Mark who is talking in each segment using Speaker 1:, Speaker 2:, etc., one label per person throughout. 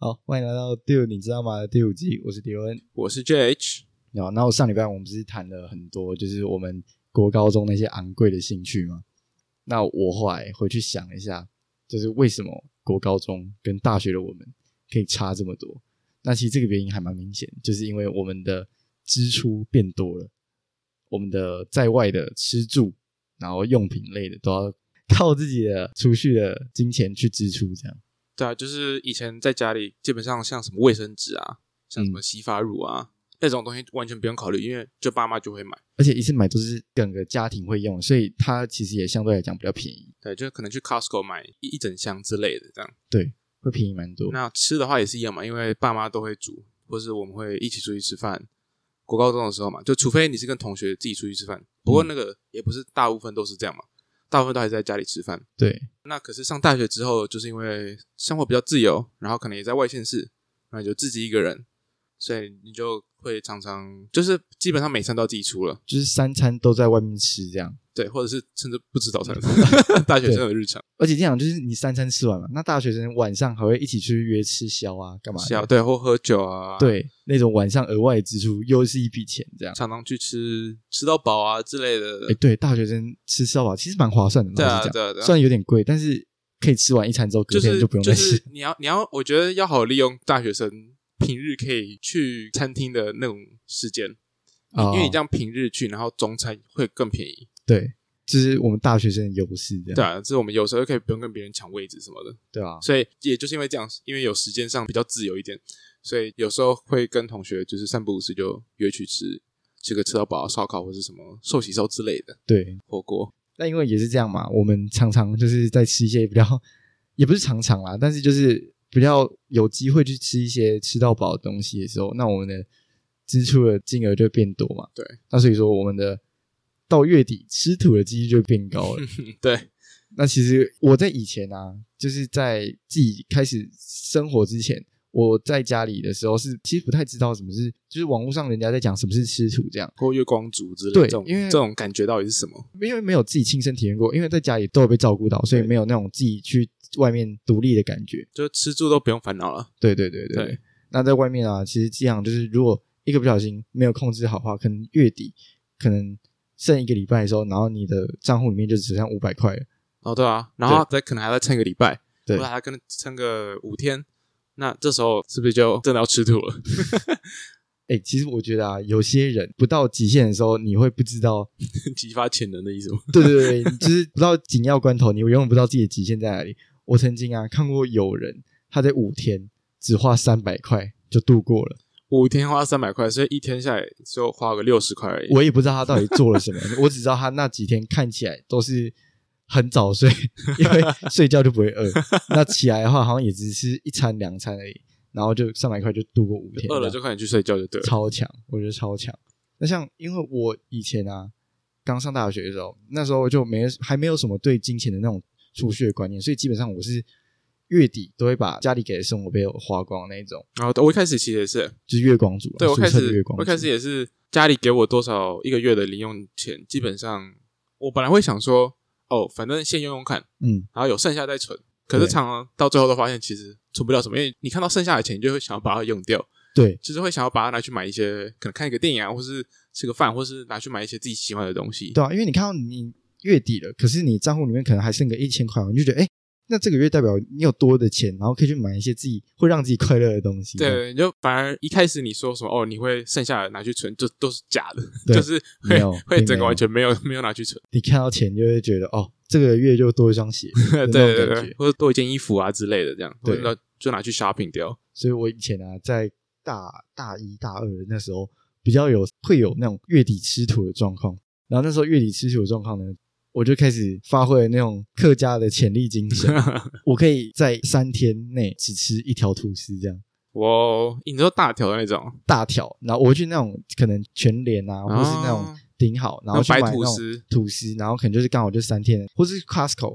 Speaker 1: 好，欢迎来到 Dude 你知道吗的第5集，我是迪文，
Speaker 2: 我是 JH。
Speaker 1: 然后上礼拜我们不是谈了很多就是我们国高中那些昂贵的兴趣吗？那我后来回去想一下，就是为什么国高中跟大学的我们可以差这么多。那其实这个原因还蛮明显，就是因为我们的支出变多了，我们的在外的吃住然后用品类的都要靠自己的储蓄的金钱去支出这样。
Speaker 2: 对啊，就是以前在家里基本上像什么卫生纸啊，像什么洗发乳啊，那种东西完全不用考虑，因为就爸妈就会买，
Speaker 1: 而且一次买都是整个家庭会用，所以它其实也相对来讲比较便宜。
Speaker 2: 对，就可能去 Costco 买一整箱之类的这样。
Speaker 1: 对，会便宜蛮多。
Speaker 2: 那吃的话也是一样嘛，因为爸妈都会煮，或是我们会一起出去吃饭。国高中的时候嘛，就除非你是跟同学自己出去吃饭，不过那个也不是大部分都是这样嘛，大部分都还是在家里吃饭。
Speaker 1: 对，
Speaker 2: 那可是上大学之后，就是因为生活比较自由，然后可能也在外县市，然后你就自己一个人，所以你就会常常就是基本上每餐都要自己出了，
Speaker 1: 就是3餐都在外面吃这样。
Speaker 2: 对，或者是甚至不吃早餐大学生的日常。
Speaker 1: 而且这样就是你3餐吃完嘛，那大学生晚上还会一起出去约吃宵啊，干嘛的？
Speaker 2: 对，或喝酒啊，
Speaker 1: 对，那种晚上额外的支出又是一笔钱这样。
Speaker 2: 常常去吃到饱啊之类的。
Speaker 1: 对，大学生吃到饱其实蛮划算的嘛。
Speaker 2: 对啊，
Speaker 1: 对啊，
Speaker 2: 对啊，
Speaker 1: 虽然有点贵，但是可以吃完一餐之后隔天就不用再吃。
Speaker 2: 就是你要我觉得要好好利用大学生平日可以去餐厅的那种时间，因为你这样平日去，然后中餐会更便宜。
Speaker 1: 对，就是我们大学生的优势这样。
Speaker 2: 对啊，这是我们有时候可以不用跟别人抢位置什么的。
Speaker 1: 对啊，
Speaker 2: 所以也就是因为这样，因为有时间上比较自由一点，所以有时候会跟同学就是3不5时就约去吃个吃到饱烧烤或是什么寿喜烧之类的。
Speaker 1: 对，
Speaker 2: 火锅。
Speaker 1: 那因为也是这样嘛，我们常常就是在吃一些比较，也不是常常啦，但是就是比较有机会去吃一些吃到饱的东西的时候，那我们的支出的金额就会变多嘛。
Speaker 2: 对，
Speaker 1: 那所以说我们的到月底吃土的几率就会变高了。
Speaker 2: 对，
Speaker 1: 那其实我在以前啊，就是在自己开始生活之前，我在家里的时候是其实不太知道什么是，就是网络上人家在讲什么是吃土这样，
Speaker 2: 或月光族之类的。
Speaker 1: 对，因为
Speaker 2: 这种感觉到底是什么？
Speaker 1: 因为没有自己亲身体验过，因为在家里都有被照顾到，所以没有那种自己去外面独立的感觉，
Speaker 2: 就吃住都不用烦恼了。
Speaker 1: 对。那在外面啊，其实这样就是如果一个不小心没有控制好的话，可能月底可能剩1个礼拜的时候，然后你的账户里面就只剩500块了。
Speaker 2: 哦，对啊，然后可能还要撑1个礼拜，
Speaker 1: 对，
Speaker 2: 或者还可能撑个5天，那这时候是不是就真的要吃土了？
Speaker 1: 其实我觉得啊，有些人不到极限的时候，你会不知道
Speaker 2: 激发潜能的意思吗？
Speaker 1: 对，就是不到紧要关头，你永远不知道自己的极限在哪里。我曾经啊看过有人他在5天只花300块就度过了
Speaker 2: ，5天花300块，所以1天下来就花个60块而已。
Speaker 1: 我也不知道他到底做了什么，我只知道他那几天看起来都是很早睡，因为睡觉就不会饿。那起来的话，好像也只是1餐2餐而已，然后就300块就度过5天，
Speaker 2: 饿了就快点去睡觉就对了。
Speaker 1: 超强，我觉得超强。那像因为我以前啊刚上大学的时候，那时候就还没有什么对金钱的那种储蓄的观念，所以基本上我是月底都会把家里给的生活费花光那一种。
Speaker 2: 然后我一开始其实也是，
Speaker 1: 就是月光族。
Speaker 2: 对，我一开始也是家里给我多少1个月的零用钱，基本上我本来会想说，反正先用用看，然后有剩下再存。可是常常到最后都发现其实存不了什么，因为你看到剩下的钱，你就会想要把它用掉。
Speaker 1: 对，
Speaker 2: 就是会想要把它拿去买一些，可能看一个电影啊，或是吃个饭，或是拿去买一些自己喜欢的东西。
Speaker 1: 对啊，因为你看到你月底了，可是你账户里面可能还剩个1000块，你就觉得那这个月代表你有多的钱，然后可以去买一些自己会让自己快乐的东西。
Speaker 2: 对，你就反而一开始你说什么你会剩下的拿去存，就都是假的，就是会整个完全没有拿去存。
Speaker 1: 你看到钱就会觉得这个月就多一双鞋，
Speaker 2: 对，或者多一件衣服啊之类的，这样对，就拿去 shopping 掉。
Speaker 1: 所以我以前啊，在大一大二那时候比较会有那种月底吃土的状况，然后那时候月底吃土的状况呢，我就开始发挥那种客家的潜力精神，我可以在3天内只吃1条吐司这样。
Speaker 2: 你说大条的那种？
Speaker 1: 大条，然后我会去那种可能全联啊，或是那种顶好，然后去买那种吐司，然后可能就是刚好就3天，或是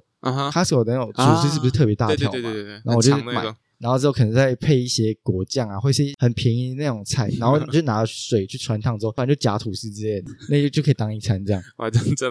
Speaker 1: Costco 的那种吐司是不是特别大条嘛？
Speaker 2: 对，
Speaker 1: 然后我就买，然后之后可能再配一些果酱啊，或是很便宜的那种菜，然后你就拿水去穿烫之后，不然就夹吐司之类的，那就可以当一餐这样。
Speaker 2: 哇，真的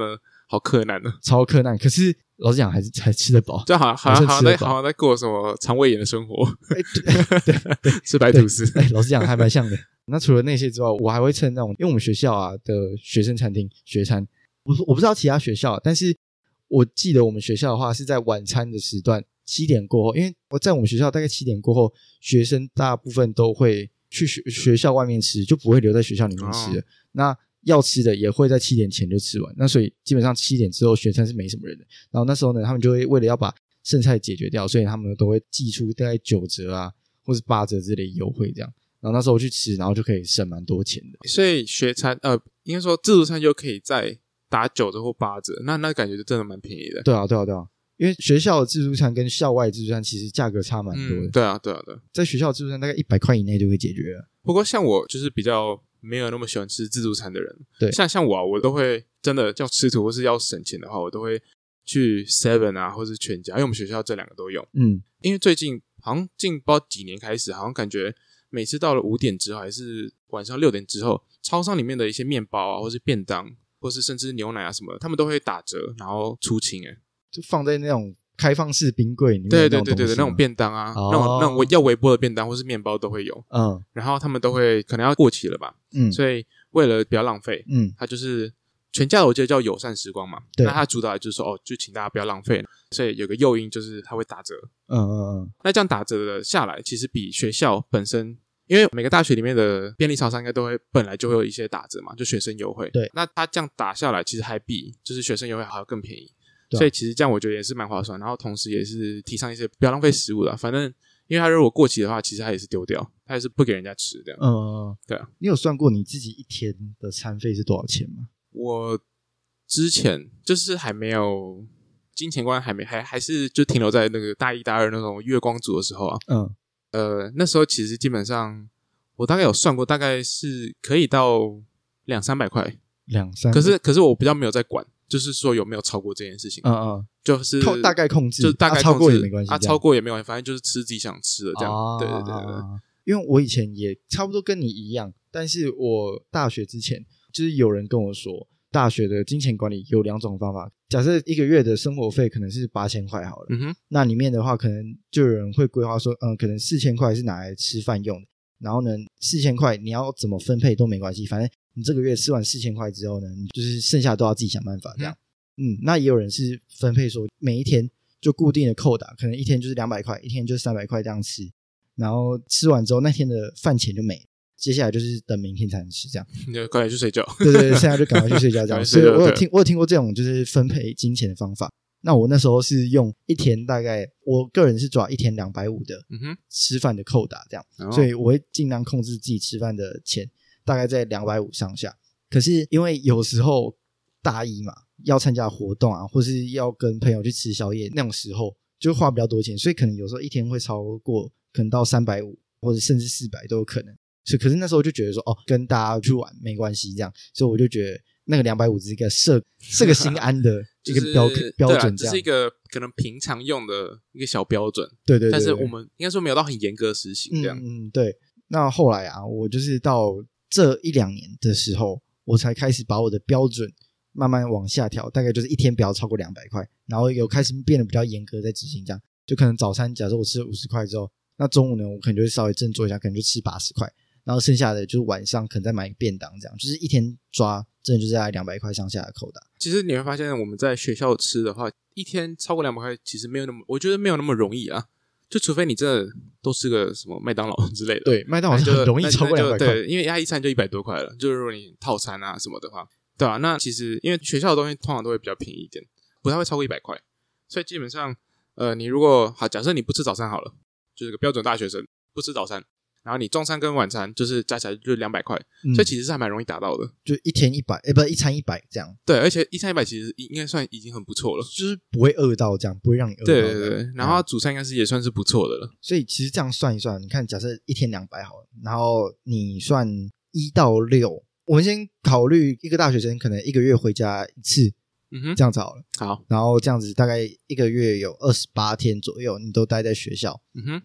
Speaker 2: 好困难的，
Speaker 1: 超困难。可是老实讲，还吃得饱，
Speaker 2: 就好像在过什么肠胃炎的生活。对，吃白吐司。
Speaker 1: 老实讲，还蛮像的。那除了那些之外，我还会趁那种，因为我们学校啊的学生餐厅学餐，我不知道其他学校，但是我记得我们学校的话是在晚餐的时段7点过后，因为我在我们学校大概7点过后，学生大部分都会去学校外面吃，就不会留在学校里面吃了。那要吃的也会在7点前就吃完，那所以基本上7点之后学餐是没什么人的。然后那时候呢，他们就会为了要把剩菜解决掉，所以他们都会寄出大概9折啊，或是8折之类的优惠这样。然后那时候去吃，然后就可以省蛮多钱的。
Speaker 2: 所以学餐应该说自助餐就可以再打9折或8折，那感觉就真的蛮便宜的。
Speaker 1: 对啊，因为学校的自助餐跟校外自助餐其实价格差蛮多的。
Speaker 2: 对啊，
Speaker 1: 在学校的自助餐大概100块以内就可以解决了。
Speaker 2: 不过像我就是比较没有那么喜欢吃自助餐的人，
Speaker 1: 对，
Speaker 2: 像我都会真的要吃土或是要省钱的话，我都会去 Seven 啊，或是全家，因为我们学校这两个都有。因为最近好像近不知道几年开始，好像感觉每次到了5点之后，还是晚上6点之后，超商里面的一些面包啊，或是便当，或是甚至牛奶啊什么的，他们都会打折，然后出清
Speaker 1: 就放在那种开放式冰柜里面。
Speaker 2: 对，那种便当啊，那种要微波的便当或是面包都会有。然后他们都会可能要过期了吧，所以为了不要浪费，它就是全家的我记得叫友善时光嘛，那它主打就是说就请大家不要浪费，所以有个诱因就是它会打折。那这样打折的下来，其实比学校本身，因为每个大学里面的便利超商应该都会本来就会有一些打折嘛，就学生优惠。对，那它这样打下来，其实还比就是学生优惠还要更便宜。所以其实这样我觉得也是蛮划算，然后同时也是提倡一些不要浪费食物的，反正因为它如果过期的话，其实它也是丢掉，它也是不给人家吃这样。对啊。
Speaker 1: 你有算过你自己一天的餐费是多少钱吗？
Speaker 2: 我之前就是还没有金钱观，还是就停留在那个大1大2那种月光族的时候啊。那时候其实基本上我大概有算过，大概是可以到200-300块
Speaker 1: ，200-300。
Speaker 2: 可是我比较没有在管。就是说有没有超过这件事情，就是
Speaker 1: 大概控制，
Speaker 2: 就是大概
Speaker 1: 超过也没关系，
Speaker 2: 超过也没关系，反正就是吃自己想吃的这样。对。
Speaker 1: 因为我以前也差不多跟你一样，但是我大学之前就是有人跟我说，大学的金钱管理有2种方法。假设一个月的生活费可能是8000块好了，那里面的话可能就有人会规划说，可能4000块是拿来吃饭用的，然后呢4000块你要怎么分配都没关系，反正你这个月吃完4000块之后呢，你就是剩下都要自己想办法这样。那也有人是分配说每一天就固定的扣打，可能一天就是200块，一天就是300块这样吃，然后吃完之后那天的饭钱就没了，接下来就是等明天才能吃这样。
Speaker 2: 你就赶快去睡觉。
Speaker 1: 对，现在就赶快去睡觉这样。所以我有听过这种就是分配金钱的方法。那我那时候是用一天大概，我个人是抓一天250的吃饭的扣打这样，所以我会尽量控制自己吃饭的钱大概在250上下。可是因为有时候大一嘛，要参加活动啊，或是要跟朋友去吃宵夜，那种时候就花比较多钱，所以可能有时候一天会超过，可能到350或者甚至400都有可能。所以可是那时候就觉得说，跟大家去玩没关系这样，所以我就觉得那个250是一个设个心安的一个标准，
Speaker 2: 这是一个可能平常用的一个小标准。
Speaker 1: 对，
Speaker 2: 但是我们应该说没有到很严格实行这样。
Speaker 1: 对。那后来啊，我就是到这1-2年的时候，我才开始把我的标准慢慢往下调，大概就是一天不要超过200块，然后有开始变得比较严格在执行这样。就可能早餐假设我吃了50块之后，那中午呢我可能就会稍微振作一下，可能就吃80块，然后剩下的就是晚上可能再买一个便当这样，就是一天抓真的就是在200块上下的扣打。
Speaker 2: 其实你会发现我们在学校吃的话，一天超过200块其实没有那么，我觉得没有那么容易啊，就除非你真的都吃个什么麦当劳之类的。
Speaker 1: 对，麦当劳是很容易超过200块。
Speaker 2: 对，因为它一餐就100多块了，就是如果你套餐啊什么的话，对啊，那其实因为学校的东西通常都会比较便宜一点，不太会超过100块，所以基本上你如果好，假设你不吃早餐好了，就是个标准大学生不吃早餐，然后你中餐跟晚餐就是加起来就是200块，所以其实是还蛮容易达到的，
Speaker 1: 就一天100，不是一餐100这样。
Speaker 2: 对，而且一餐100其实应该算已经很不错了，
Speaker 1: 就是不会饿到这样，不会让你饿到。
Speaker 2: 对，然后主餐应该是也算是不错的了。
Speaker 1: 所以其实这样算一算，你看假设一天200好了，然后你算1到6，我们先考虑一个大学生可能一个月回家一次，这样子好了。
Speaker 2: 好，
Speaker 1: 然后这样子大概一个月有28天左右你都待在学校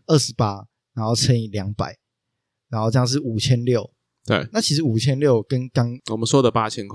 Speaker 1: ，28然后乘以200，然后这样是5600。
Speaker 2: 对，
Speaker 1: 那其实5600跟刚
Speaker 2: 我们说的8000块，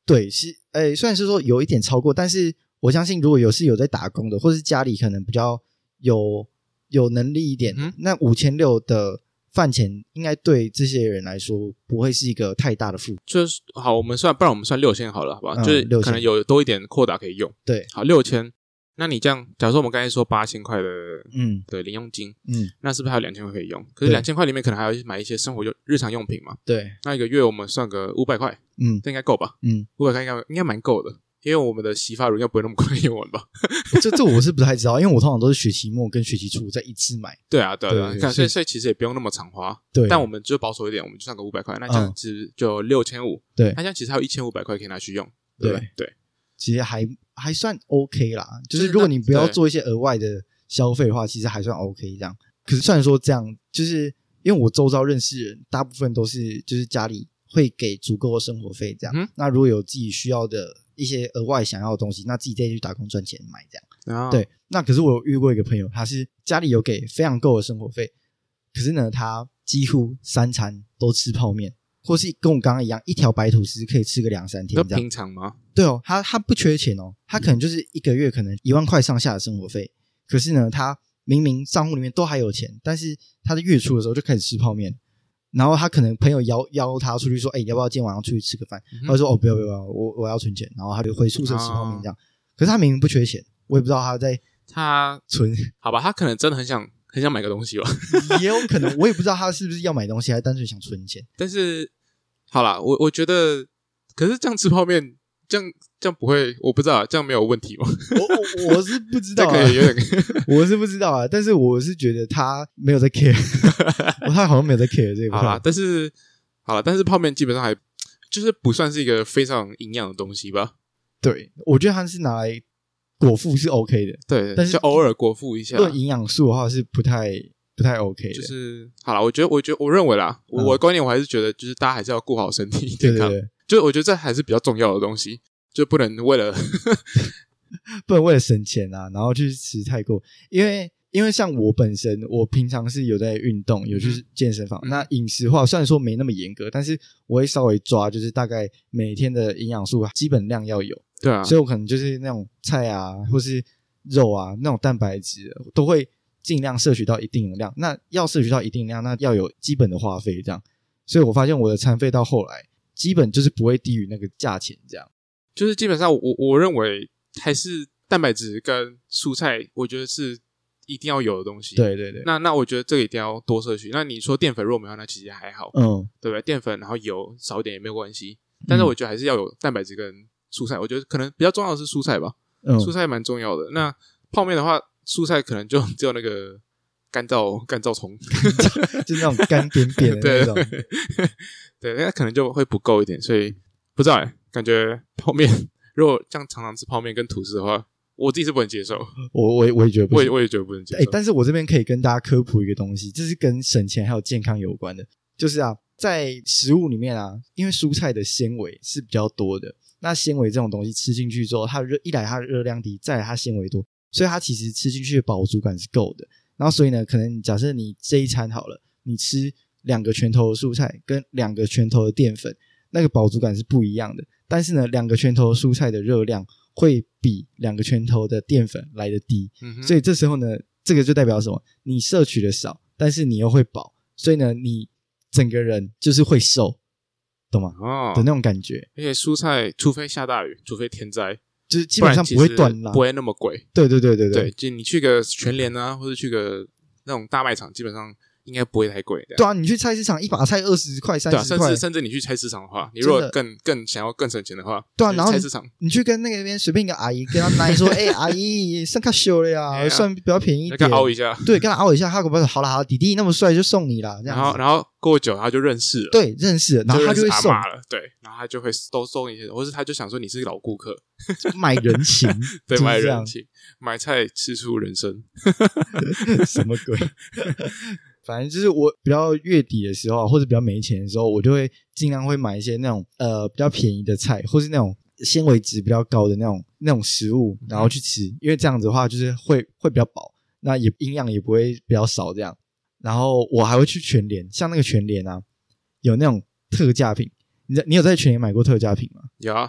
Speaker 3: 对，是虽然是说有一点超过，但是我相信如果有在打工的，或是家里可能比较有能力一点，那5600的饭钱应该对这些人来说不会是一个太大的负担。
Speaker 2: 就是好，不然我们算6000好了，好吧？就是可能有多一点扩打可以用。
Speaker 3: 对，
Speaker 2: 好6000，那你这样，假如说我们刚才说8000块的零用金，那是不是还有2000块可以用？可是2000块里面可能还要买一些生活日常用品嘛？
Speaker 3: 对，
Speaker 2: 那一个月我们算个500块，这应该够吧？500块应该蛮够的。因为我们的洗发乳应该不会那么快用完吧？
Speaker 3: 这我是不太知道，因为我通常都是学期末跟学期初再一次买。
Speaker 2: 对啊，所以其实也不用那么常花。
Speaker 3: 对，
Speaker 2: 但我们就保守一点，我们就算个500块，那这样子就6500。
Speaker 3: 对，
Speaker 2: 那这样其实还有1500块可以拿去用。对，
Speaker 3: 其实还算 OK 啦。就是如果你不要做一些额外的消费的话，其实还算 OK 这样。可是虽然说这样，就是因为我周遭认识人，大部分都是就是家里会给足够的生活费这样。那如果有自己需要的一些额外想要的东西，那自己再去打工赚钱买这样。对，那可是我有遇过一个朋友，他是家里有给非常够的生活费，可是呢他几乎3餐都吃泡面，或是跟我刚刚一样，一条白吐司可以吃个2-3天这样。
Speaker 2: 平常吗？
Speaker 3: 对哦，他不缺钱哦，他可能就是一个月可能1万块上下的生活费，可是呢他明明账户里面都还有钱，但是他在月初的时候就开始吃泡面。然后他可能朋友邀他出去说，要不要今天晚上出去吃个饭？他就说不要，我要存钱。然后他就回宿舍吃泡面这样。可是他明明不缺钱，我也不知道他存。
Speaker 2: 好吧，他可能真的很想买个东西吧。
Speaker 3: 也有可能，我也不知道他是不是要买东西，还单纯想存钱。
Speaker 2: 但是好啦，我觉得，可是这样吃泡面，这样不会，我不知道这样没有问题吗？
Speaker 3: 我是不知道啊，
Speaker 2: 这可以有点
Speaker 3: 我是不知道啊，但是我是觉得他没有在 care， 他好像没有在 care 这个。
Speaker 2: 好啦，但是泡面基本上还就是不算是一个非常营养的东西吧？
Speaker 3: 对，我觉得它是拿来果腹是 OK 的，
Speaker 2: 对，
Speaker 3: 但是
Speaker 2: 就偶尔果腹一下。
Speaker 3: 论营养素的话是不太 OK 的。
Speaker 2: 就是好啦，我认为啦，我的观念我还是觉得，就是大家还是要顾好身体健康。
Speaker 3: 对，
Speaker 2: 就我觉得这还是比较重要的东西，就不能为了
Speaker 3: 省钱啊，然后去吃太过。因为像我本身，我平常是有在运动，有去健身房。那饮食的话，虽然说没那么严格，但是我会稍微抓，就是大概每天的营养素基本量要有。
Speaker 2: 对啊，
Speaker 3: 所以我可能就是那种菜啊，或是肉啊，那种蛋白质都会尽量摄取到一定的量。那要摄取到一定量，那要有基本的花费这样。所以我发现我的餐费到后来基本就是不会低于那个价钱这样。
Speaker 2: 就是基本上我认为还是蛋白质跟蔬菜，我觉得是一定要有的东西。
Speaker 3: 对，
Speaker 2: 那我觉得这个一定要多摄取。那你说淀粉肉没有，那其实还好，对不对？淀粉然后油少一点也没有关系，但是我觉得还是要有蛋白质跟蔬菜。我觉得可能比较重要的是蔬菜吧，蔬菜蛮重要的。那泡面的话，蔬菜可能就只有那个干燥葱，
Speaker 3: 就是那种干扁扁的那种。
Speaker 2: 对，那可能就会不够一点，所以不知道感觉泡面如果这样常常吃泡面跟吐司的话，我自己是不能接受。
Speaker 3: 我也觉得不行，
Speaker 2: 我也觉得不能接受。
Speaker 3: 但是我这边可以跟大家科普一个东西，这是跟省钱还有健康有关的，就是在食物里面因为蔬菜的纤维是比较多的，那纤维这种东西吃进去之后，一来它的热量低，再来它纤维多，所以它其实吃进去的饱足感是够的。然后所以呢，可能假设你这一餐好了，你吃2个拳头的蔬菜跟2个拳头的淀粉，那个饱足感是不一样的。但是呢，2个拳头蔬菜的热量会比2个拳头的淀粉来得低，所以这时候呢，这个就代表什么？你摄取的少，但是你又会饱，所以呢，你整个人就是会瘦，懂吗？的那种感觉。
Speaker 2: 而且蔬菜，除非下大雨，除非天灾，
Speaker 3: 就是基本上不会断啦，
Speaker 2: 不会那么贵。
Speaker 3: 对，
Speaker 2: 就你去个全联啊，或者去个那种大卖场，基本上应该不会太贵的。
Speaker 3: 对啊，你去菜市场一把菜20块30块，
Speaker 2: 甚至你去菜市场的话，你如果更想要更省钱的话，
Speaker 3: 对啊，然后
Speaker 2: 菜市场
Speaker 3: 你去跟那边随便一个阿姨跟她拿说，阿姨剩卡修了呀，算比较便宜一点，
Speaker 2: 跟她凹一下，
Speaker 3: 对，跟她凹一下，她可不好了，弟弟那么帅就送你了，这样子。
Speaker 2: 然后过久他就认识了，
Speaker 3: 对，认识了，然后他就会送
Speaker 2: 了，对，然后他就会都送一些，或是他就想说你是老顾客，
Speaker 3: 买人情，
Speaker 2: 对，买人情，买菜吃出人生，
Speaker 3: 什么鬼？反正就是我比较月底的时候，或者比较没钱的时候，我就会尽量会买一些那种比较便宜的菜，或是那种纤维值比较高的那种食物，然后去吃，因为这样子的话就是会比较饱，那也营养也不会比较少这样。然后我还会去全联，像那个全联有那种特价品，你有在全联买过特价品吗？
Speaker 2: 有啊，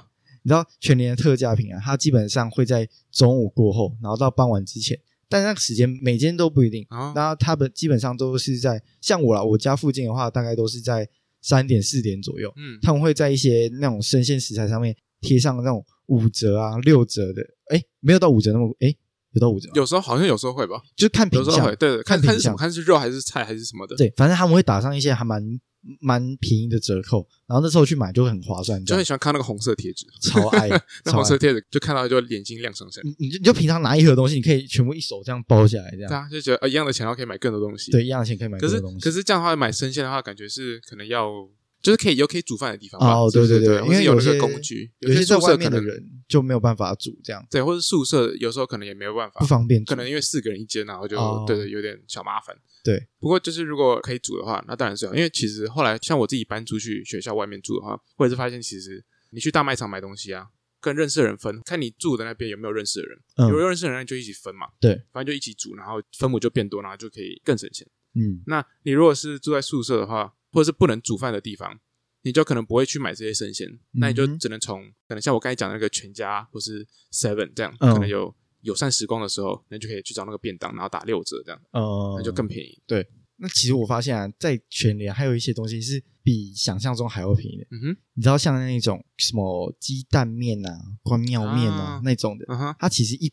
Speaker 3: 知道全联的特价品啊，它基本上会在中午过后，然后到傍晚之前，但是那个时间每间都不一定。那它们基本上都是在像我啦，我家附近的话，大概都是在3点4点左右。他们会在一些那种生鲜食材上面贴上那种5折啊6折的，没有到5折那么有到5折，
Speaker 2: 有时候好像有时候会吧，
Speaker 3: 就看品相，
Speaker 2: 对，看是什么，看是肉还是菜还是什么的。
Speaker 3: 对，反正他们会打上一些还蛮便宜的折扣，然后那时候去买就很划算，
Speaker 2: 就很喜欢看那个红色贴纸，
Speaker 3: 超爱
Speaker 2: 那红色贴纸就看到就眼睛亮闪闪。
Speaker 3: 你就平常拿一盒东西，你可以全部一手这样包下来，这样
Speaker 2: 对啊，就觉得一样的钱然后可以买更多东西。
Speaker 3: 对，一样的钱可以买更多东西。
Speaker 2: 可是这样的话买生鲜的话，感觉是可能要就是可以煮饭的地方吧。
Speaker 3: 对对对，因为
Speaker 2: 有那个工具，
Speaker 3: 有些宿舍可能人就没有办法煮这样。
Speaker 2: 对，或者宿舍有时候可能也没有办法，
Speaker 3: 不方便煮，
Speaker 2: 可能因为4个人一间，然后就对有点小麻烦。
Speaker 3: 对，
Speaker 2: 不过就是如果可以煮的话，那当然是好，因为其实后来像我自己搬出去学校外面住的话，我也是发现其实你去大卖场买东西啊，跟认识的人分，看你住的那边有没有认识的人，有认识的人就一起分嘛。
Speaker 3: 对，
Speaker 2: 反正就一起煮，然后分母就变多，然后就可以更省钱。那你如果是住在宿舍的话，或者是不能煮饭的地方，你就可能不会去买这些生鲜，那你就只能从可能像我刚才讲的那个全家或是 Seven 这样，可能有友善时光的时候，那就可以去找那个便当，然后打6折这样，那就更便宜。
Speaker 3: 对，那其实我发现啊，在全联还有一些东西是比想象中还要便宜的。你知道像那种什么鸡蛋面啊、关庙面啊那种的，它其实一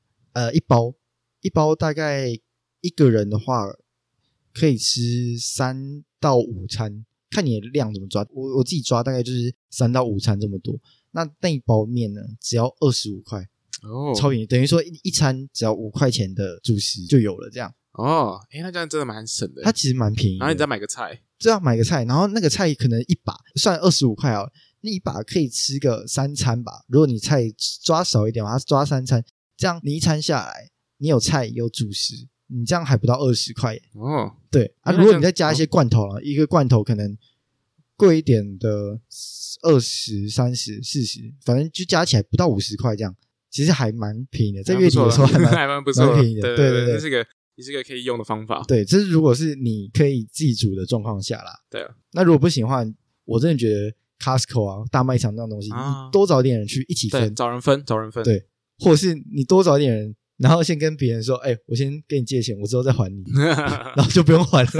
Speaker 3: 包大概一个人的话可以吃3到5餐。看你的量怎么抓，我自己抓大概就是3到5餐这么多。那一包面呢，只要25块，超便宜，等于说一餐只要5块钱的主食就有了这样。
Speaker 2: 那这样真的蛮省的。
Speaker 3: 它其实蛮便宜的。
Speaker 2: 然后你再买个菜，
Speaker 3: 这样买个菜，然后那个菜可能一把算25块啊，那一把可以吃个3餐吧。如果你菜抓少一点，它抓3餐，这样你一餐下来，你有菜有主食。你这样还不到20块耶。对啊，如果你再加一些罐头一个罐头可能贵一点的20、30、40，反正就加起来不到50块这样，其实还蛮便宜的。在月底的时候还蛮
Speaker 2: 不错，
Speaker 3: 蛮便宜的。对对对，
Speaker 2: 这是个可以用的方法。
Speaker 3: 对，这是如果是你可以自己煮的状况下啦。
Speaker 2: 对啊，
Speaker 3: 那如果不行的话，我真的觉得 Costco 啊、大卖场这种东西，你多找点人去一起分，
Speaker 2: 找人分。
Speaker 3: 对，或者是你多找点人。然后先跟别人说，我先跟你借钱，我之后再还你，然后就不用还了。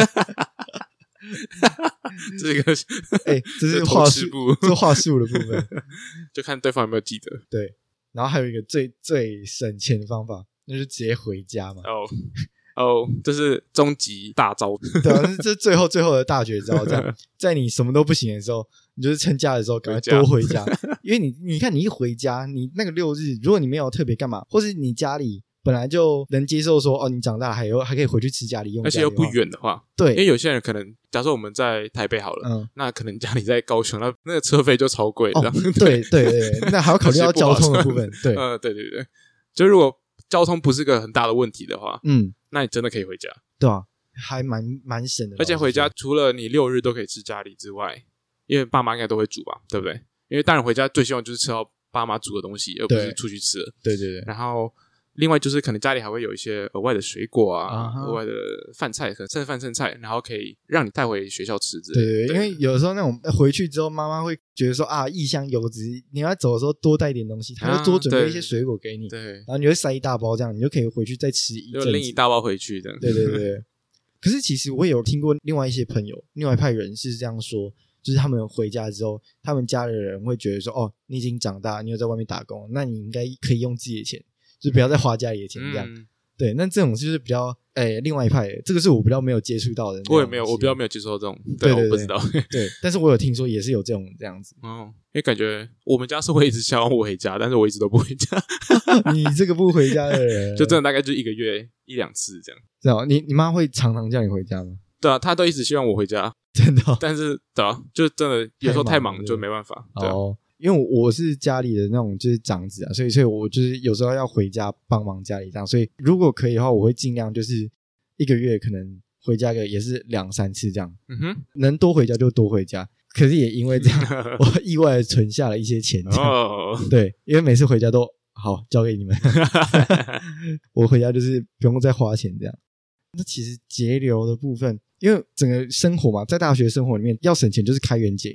Speaker 2: 这个
Speaker 3: 这是话术，这话术的部分，
Speaker 2: 就看对方有没有记得。
Speaker 3: 对，然后还有一个最省钱的方法，那就直接回家嘛。
Speaker 2: 这是终极大招。
Speaker 3: 对啊，这是最后的大绝招。这样，在你什么都不行的时候，你就是趁假的时候赶快多回家，因为你看你一回家，你那个6日，如果你没有特别干嘛，或是你家里本来就能接受说你长大还可以回去吃家里用，
Speaker 2: 而且又不远的话，
Speaker 3: 对，
Speaker 2: 因为有些人可能，假设我们在台北好了，那可能家里在高雄，那个车费就超贵的。
Speaker 3: 对，那还要考虑到交通的部分。对，
Speaker 2: 对，就如果交通不是个很大的问题的话，那你真的可以回家，
Speaker 3: 对啊，还蛮省的。
Speaker 2: 而且回家除了你6日都可以吃家里之外，因为爸妈应该都会煮吧，对不对？因为大人回家最希望就是吃到爸妈煮的东西，而不是出去吃了。
Speaker 3: 对，
Speaker 2: 然后另外就是可能家里还会有一些额外的水果啊，额外的饭菜，可能剩菜，然后可以让你带回学校吃之类的。
Speaker 3: 对，因为有时候那种回去之后，妈妈会觉得说异乡游子，你要走的时候多带一点东西，她会多准备一些水果给你，
Speaker 2: 对，
Speaker 3: 然后你会塞一大包，这样你就可以回去再吃一阵子，
Speaker 2: 拎一大包回去的。
Speaker 3: 对。可是其实我也有听过另外一些朋友，另外一派人是这样说，就是他们回家之后，他们家的人会觉得说，你已经长大，你有在外面打工，那你应该可以用自己的钱。就不要再花家里的钱这样。对，那这种就是比较另外一派的，这个是我比较没有接触到的。
Speaker 2: 我也没有，我比较没有接触到这种。
Speaker 3: 对，
Speaker 2: 我不知道。
Speaker 3: 对，但是我有听说也是有这样子。
Speaker 2: 因为感觉我们家是会一直希望我回家，但是我一直都不回家。
Speaker 3: 你这个不回家的人，
Speaker 2: 就真的大概就1个月1-2次这样。
Speaker 3: 知道你妈会常常叫你回家吗？
Speaker 2: 对啊，她都一直希望我回家，
Speaker 3: 真的。但
Speaker 2: 是对啊，就真的有时候太忙就没办法。对啊。
Speaker 3: 因为我是家里的那种就是长子啊，所以我就是有时候要回家帮忙家里这样，所以如果可以的话，我会尽量就是1个月可能回家个也是2-3次这样。能多回家就多回家。可是也因为这样，我意外的存下了一些钱。对，因为每次回家都好交给你们，我回家就是不用再花钱这样。那其实节流的部分，因为整个生活嘛，在大学生活里面要省钱就是开源节流。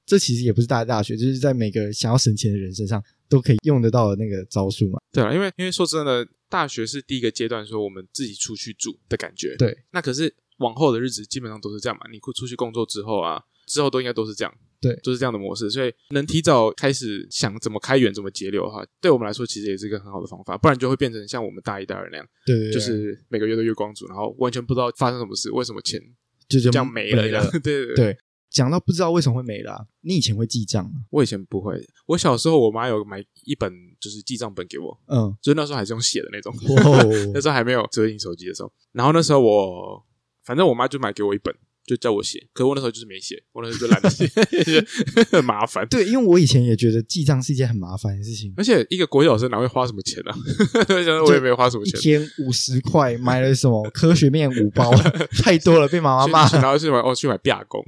Speaker 3: 这其实也不是大学，就是在每个想要省钱的人身上都可以用得到的那个招数嘛。
Speaker 2: 对啊，因为说真的，大学是第一个阶段说我们自己出去住的感觉。
Speaker 3: 对，
Speaker 2: 那可是往后的日子基本上都是这样嘛，你出去工作之后啊，之后都应该都是这样。
Speaker 3: 对，
Speaker 2: 就是这样的模式，所以能提早开始想怎么开源怎么节流的话，对我们来说其实也是一个很好的方法，不然就会变成像我们大一大二那样，
Speaker 3: 对对对，
Speaker 2: 就是每个月都月光族，然后完全不知道发生什么事，为什么钱
Speaker 3: 就
Speaker 2: 这样没了这样。对对 对,
Speaker 3: 对，讲到不知道为什么会没了啊，你以前会记账吗？
Speaker 2: 我以前不会，我小时候我妈有买一本就是记账本给我，就是那时候还是用写的那种，那时候还没有智慧型手机的时候，然后那时候反正我妈就买给我一本，就叫我写，可是我那时候就是没写，我那时候就懒得写，很麻烦。
Speaker 3: 对，因为我以前也觉得记账是一件很麻烦的事情，
Speaker 2: 而且一个国小生哪会花什么钱啊？我也没有花什么钱，
Speaker 3: 一天50块买了什么科学面5包，太多了，被妈妈骂。
Speaker 2: 然后去买罢工，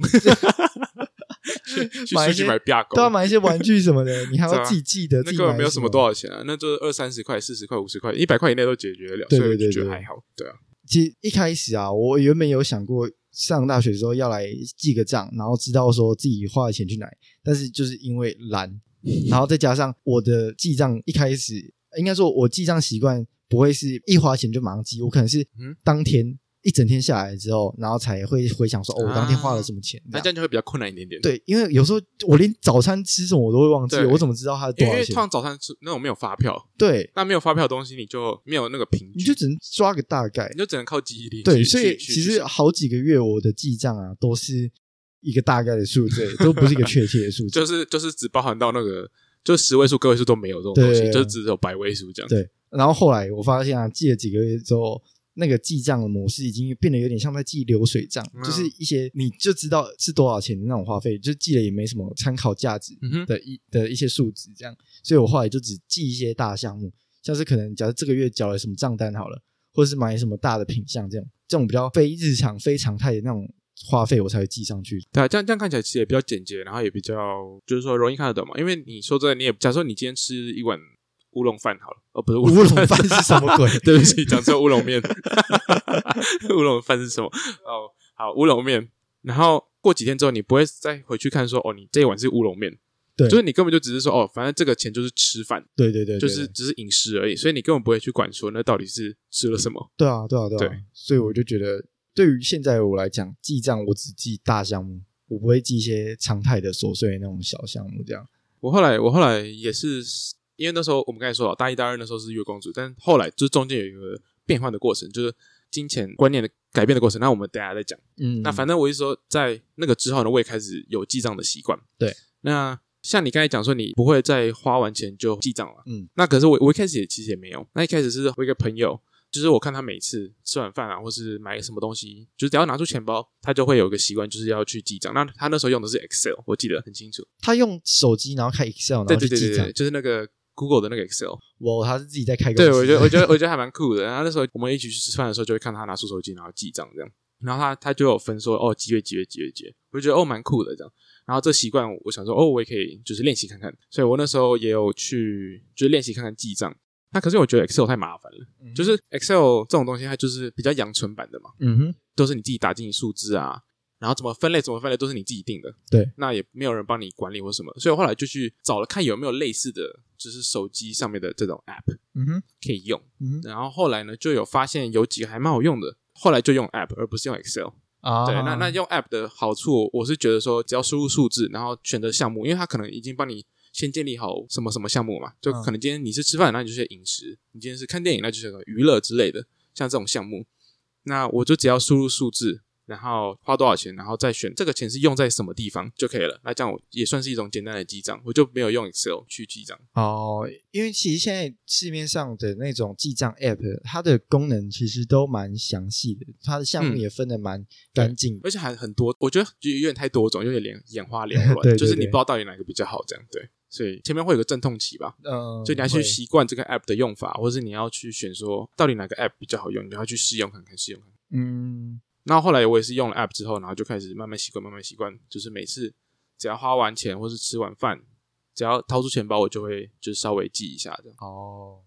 Speaker 2: 去买罢工，
Speaker 3: 都要买一些玩具什么的，你还要自己记得。
Speaker 2: 那个没有什么多少钱啊，那就是20-30块、40块、50块、100块以内都解决得了，
Speaker 3: 对
Speaker 2: 所以我就觉得还好。对啊，
Speaker 3: 其实一开始啊，我原本有想过上大学的时候要来记个账，然后知道说自己花的钱去哪里，但是就是因为懒，然后再加上我的记账一开始应该说我记账习惯不会是一花钱就马上记，我可能是当天一整天下来之后，然后才会回想说我当天花了什么钱，
Speaker 2: 那这样就会比较困难一点点。
Speaker 3: 对，因为有时候我连早餐吃什么我都会忘记，我怎么知道它多少钱？
Speaker 2: 因为通常早餐吃那种没有发票，
Speaker 3: 对，
Speaker 2: 那没有发票的东西你就没有那个凭据，
Speaker 3: 你就只能抓个大概，
Speaker 2: 你就只能靠记忆力。
Speaker 3: 对，所以其实好几个月我的记账啊都是一个大概的数字，都不是一个确切的数字，
Speaker 2: 就是只包含到那个就10位数、个位数都没有这种东西，就只有100位数这样。
Speaker 3: 对，然后后来我发现啊，记了几个月之后，那个记账的模式已经变得有点像在记流水账，就是一些你就知道是多少钱的那种花费，就记了也没什么参考价值的一些数值这样，所以我后来就只记一些大项目，像是可能假如这个月缴了什么账单好了，或者是买什么大的品项这种比较非日常非常态的那种花费我才会记上去。
Speaker 2: 对啊，这样看起来其实也比较简洁，然后也比较就是说容易看得懂嘛，因为你说真的，你也假设你今天吃一碗乌龙饭好了，不是
Speaker 3: 乌龙饭是什么鬼？
Speaker 2: 对不起，讲错乌龙面。乌龙饭是什么？好，乌龙面。然后过几天之后，你不会再回去看说，你这一碗是乌龙面。
Speaker 3: 对，
Speaker 2: 就是你根本就只是说，反正这个钱就是吃饭。
Speaker 3: 对对对，
Speaker 2: 就是只是饮食而已，所以你根本不会去管说那到底是吃了什么。
Speaker 3: 对啊，所以我就觉得，对于现在我来讲，记账我只记大项目，我不会记一些常态的琐碎的那种小项目这样。
Speaker 2: 我后来也是。因为那时候我们刚才说了，大一大二那时候是月光族，但后来就是中间有一个变换的过程，就是金钱观念的改变的过程，那我们等一下再讲。那反正我是说在那个之后呢，我也开始有记账的习惯。
Speaker 3: 对，
Speaker 2: 那像你刚才讲说你不会在花完钱就记账了，那可是我一开始其实也没有，那一开始是我一个朋友，就是我看他每次吃完饭啊，或是买什么东西，就是只要拿出钱包，他就会有一个习惯，就是要去记账。那他那时候用的是 Excel， 我记得很清楚。
Speaker 3: 他用手机然后开 Excel， 然后去记账，
Speaker 2: 对，就是那个Google 的那个 Excel，
Speaker 3: 哇，他是自己在开公司。
Speaker 2: 对，我觉得还蛮酷的。然后那时候我们一起去吃饭的时候，就会看他拿出手机，然后记账这样。然后他就有分说，几月，我就觉得蛮酷的这样。然后这习惯，我想说，我也可以就是练习看看。所以我那时候也有去就是练习看看记账。那可是我觉得 Excel 太麻烦了，就是 Excel 这种东西，它就是比较阳春版的嘛，都是你自己打进数字啊。然后怎么分类都是你自己定的，
Speaker 3: 对，
Speaker 2: 那也没有人帮你管理或什么，所以我后来就去找了看有没有类似的，就是手机上面的这种 app，可以用，然后后来呢就有发现有几个还蛮好用的，后来就用 app 而不是用 Excel。对，那用 app 的好处，我是觉得说只要输入数字，然后选择项目，因为它可能已经帮你先建立好什么什么项目嘛，就可能今天你是吃饭，那你就写饮食；你今天是看电影，那就写娱乐之类的，像这种项目，那我就只要输入数字。然后花多少钱，然后再选这个钱是用在什么地方就可以了。那这样我也算是一种简单的记账，我就没有用 Excel 去记账。
Speaker 3: 因为其实现在市面上的那种记账 App， 它的功能其实都蛮详细的，它的项目也分得蛮干净，
Speaker 2: 而且还很多，我觉得就有点太多种，有点眼花缭乱，
Speaker 3: 对，
Speaker 2: 就是你不知道到底哪个比较好，这样对。所以前面会有个阵痛期吧，就你要去习惯这个 App 的用法，或是你要去选说到底哪个 App 比较好用，你要去试用看看。那后来我也是用了 App 之后，然后就开始慢慢习惯，就是每次只要花完钱或是吃完饭，只要掏出钱包，我就会就是稍微记一下这样。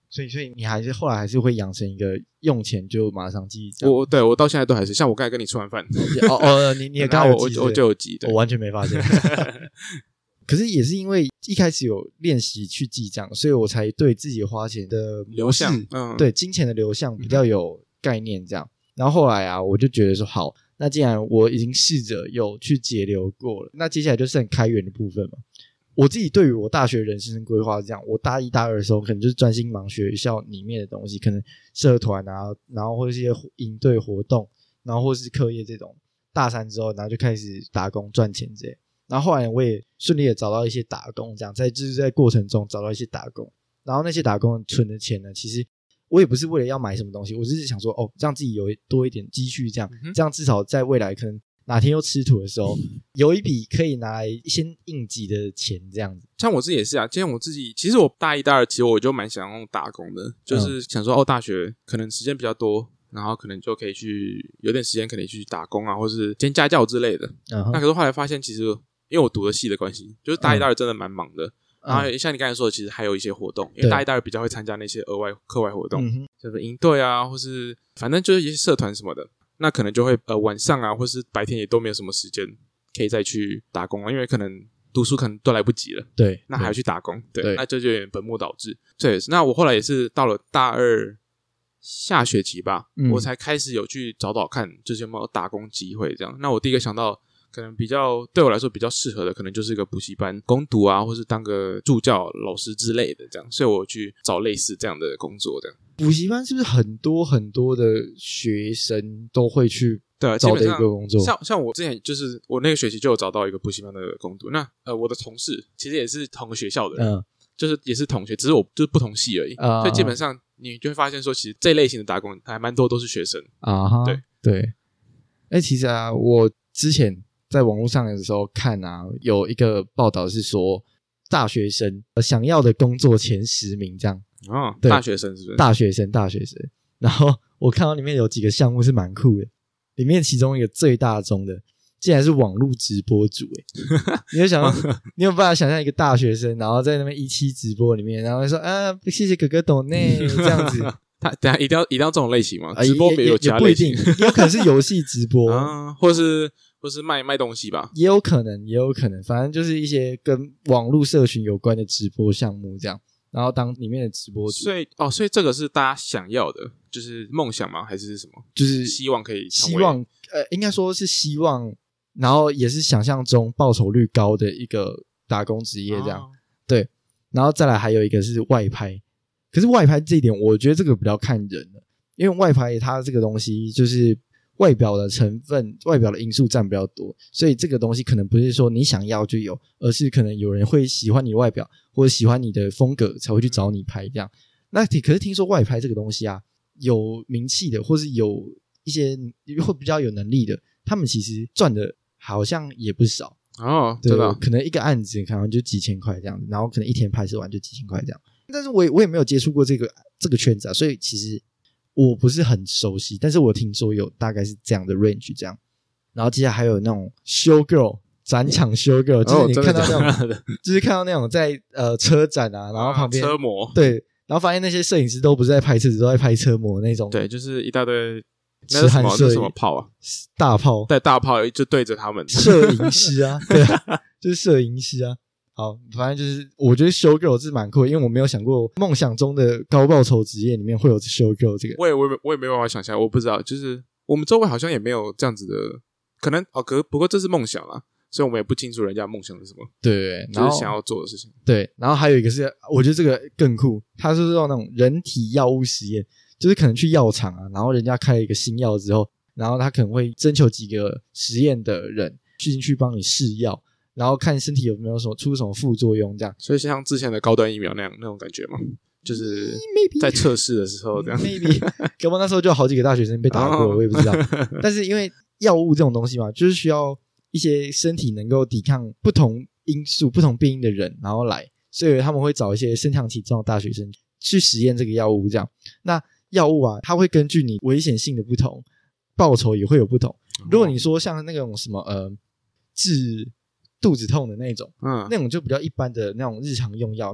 Speaker 3: 所以你还是后来还是会养成一个用钱就马上记。
Speaker 2: 对我到现在都还是，像我刚才跟你吃完饭，
Speaker 3: 你也刚刚有记，
Speaker 2: 我就有记，
Speaker 3: 我完全没发现。可是也是因为一开始有练习去记账，所以我才对自己花钱的
Speaker 2: 流向，
Speaker 3: 对金钱的流向比较有概念这样。然后后来啊，我就觉得说好，那既然我已经试着有去节流过了，那接下来就剩开源的部分嘛。我自己对于我大学人生规划是这样，我大一大二的时候可能就是专心忙学校里面的东西，可能社团啊，然后或者一些营队活动，然后或是课业这种。大三之后，然后就开始打工赚钱之类。然后后来我也顺利的找到一些打工，这样就是在过程中找到一些打工。然后那些打工存的钱呢，其实我也不是为了要买什么东西，我只是想说让自己有多一点积蓄，这样至少在未来可能哪天又吃土的时候，有一笔可以拿来先应急的钱这样子。
Speaker 2: 像我自己也是啊，今天我自己其实我大一大二其实我就蛮想用打工的，就是想说大学可能时间比较多，然后可能就可以去有点时间可以去打工啊，或是兼家教之类的。那可是后来发现其实因为我读的系的关系，就是大一大二真的蛮忙的。然后像你刚才说的，其实还有一些活动，因为大一大二比较会参加那些额外课外活动，就是营队啊，或是反正就是一些社团什么的。那可能就会晚上啊，或是白天也都没有什么时间可以再去打工了，因为可能读书可能都来不及了。
Speaker 3: 对，
Speaker 2: 那还要去打工，对，那这就有点本末倒置。这也是。那我后来也是到了大二下学期吧，我才开始有去找看，就是有没有打工机会这样。那我第一个想到，可能比较对我来说比较适合的，可能就是一个补习班工读啊，或是当个助教老师之类的这样。所以我去找类似这样的工作这样。
Speaker 3: 补习班是不是很多很多的学生都会去找的一个工作？
Speaker 2: 像我之前就是我那个学期就有找到一个补习班的工读。那我的同事其实也是同个学校的人，就是也是同学，只是我就是不同系而已。所以基本上你就会发现说，其实这类型的打工还蛮多都是学生
Speaker 3: 啊。对。其实啊，我之前在网络上的时候看啊，有一个报道是说，大学生想要的工作前10名这样。
Speaker 2: 大学生是不是？
Speaker 3: 大学生。然后我看到里面有几个项目是蛮酷的，里面其中一个最大宗的竟然是网络直播主。你有办法想象一个大学生然后在那边17直播里面，然后说谢谢哥哥抖内这样子。
Speaker 2: 他等下一定要这种类型吗？直播没有其他类型，
Speaker 3: 也不一定，有可能是游戏直播
Speaker 2: 或是卖东西吧，
Speaker 3: 也有可能，反正就是一些跟网络社群有关的直播项目这样。然后当里面的直播主，
Speaker 2: 所以这个是大家想要的，就是梦想吗？还是什么？
Speaker 3: 就是
Speaker 2: 希望可以成为，
Speaker 3: 希望应该说是希望，然后也是想象中报酬率高的一个打工职业这样。对，然后再来还有一个是外拍，可是外拍这一点，我觉得这个比较看人了，因为外拍它这个东西就是外表的成分、外表的因素占比较多，所以这个东西可能不是说你想要就有，而是可能有人会喜欢你的外表或者喜欢你的风格才会去找你拍这样。那可是听说外拍这个东西啊，有名气的或是有一些会比较有能力的，他们其实赚的好像也不少对，真的可能一个案子可能就几千块这样子，然后可能一天拍摄完就几千块这样。但是我也没有接触过这个圈子啊，所以其实我不是很熟悉，但是我听说有大概是这样的 range 这样。然后接下来还有那种 show girl 展场 show girl， 就是你看到那种就是看到那种在车展啊，然后旁边
Speaker 2: 车模，
Speaker 3: 对，然后发现那些摄影师都不是在拍车子，都在拍车模那种。
Speaker 2: 对，就是一大堆那是什么炮啊？
Speaker 3: 大炮，
Speaker 2: 对，大炮就对着他们。
Speaker 3: 摄影师啊，对啊，就是摄影师啊。好，反正就是我觉得 show girl 是蛮酷的，因为我没有想过梦想中的高报酬职业里面会有 show girl 这个。
Speaker 2: 我也没办法想象，我不知道，就是我们周围好像也没有这样子的，可能不过这是梦想啦，所以我们也不清楚人家梦想是什么。
Speaker 3: 对，
Speaker 2: 就是想要做的事情。
Speaker 3: 对，然后还有一个是，我觉得这个更酷，他是做那种人体药物实验，就是可能去药厂啊，然后人家开了一个新药之后，然后他可能会征求几个实验的人进去帮你试药。然后看身体有没有出什么副作用，这样。
Speaker 2: 所以像之前的高端疫苗那种感觉嘛，就是在测试的时候这样。
Speaker 3: maybe， 搞不好那时候就有好几个大学生被打过，我也不知道。但是因为药物这种东西嘛，就是需要一些身体能够抵抗不同因素、不同变因的人，然后来，所以他们会找一些身强体壮的大学生去实验这个药物，这样。那药物啊，它会根据你危险性的不同，报酬也会有不同。如果你说像那种什么治肚子痛的那种，那种就比较一般的那种日常用药，那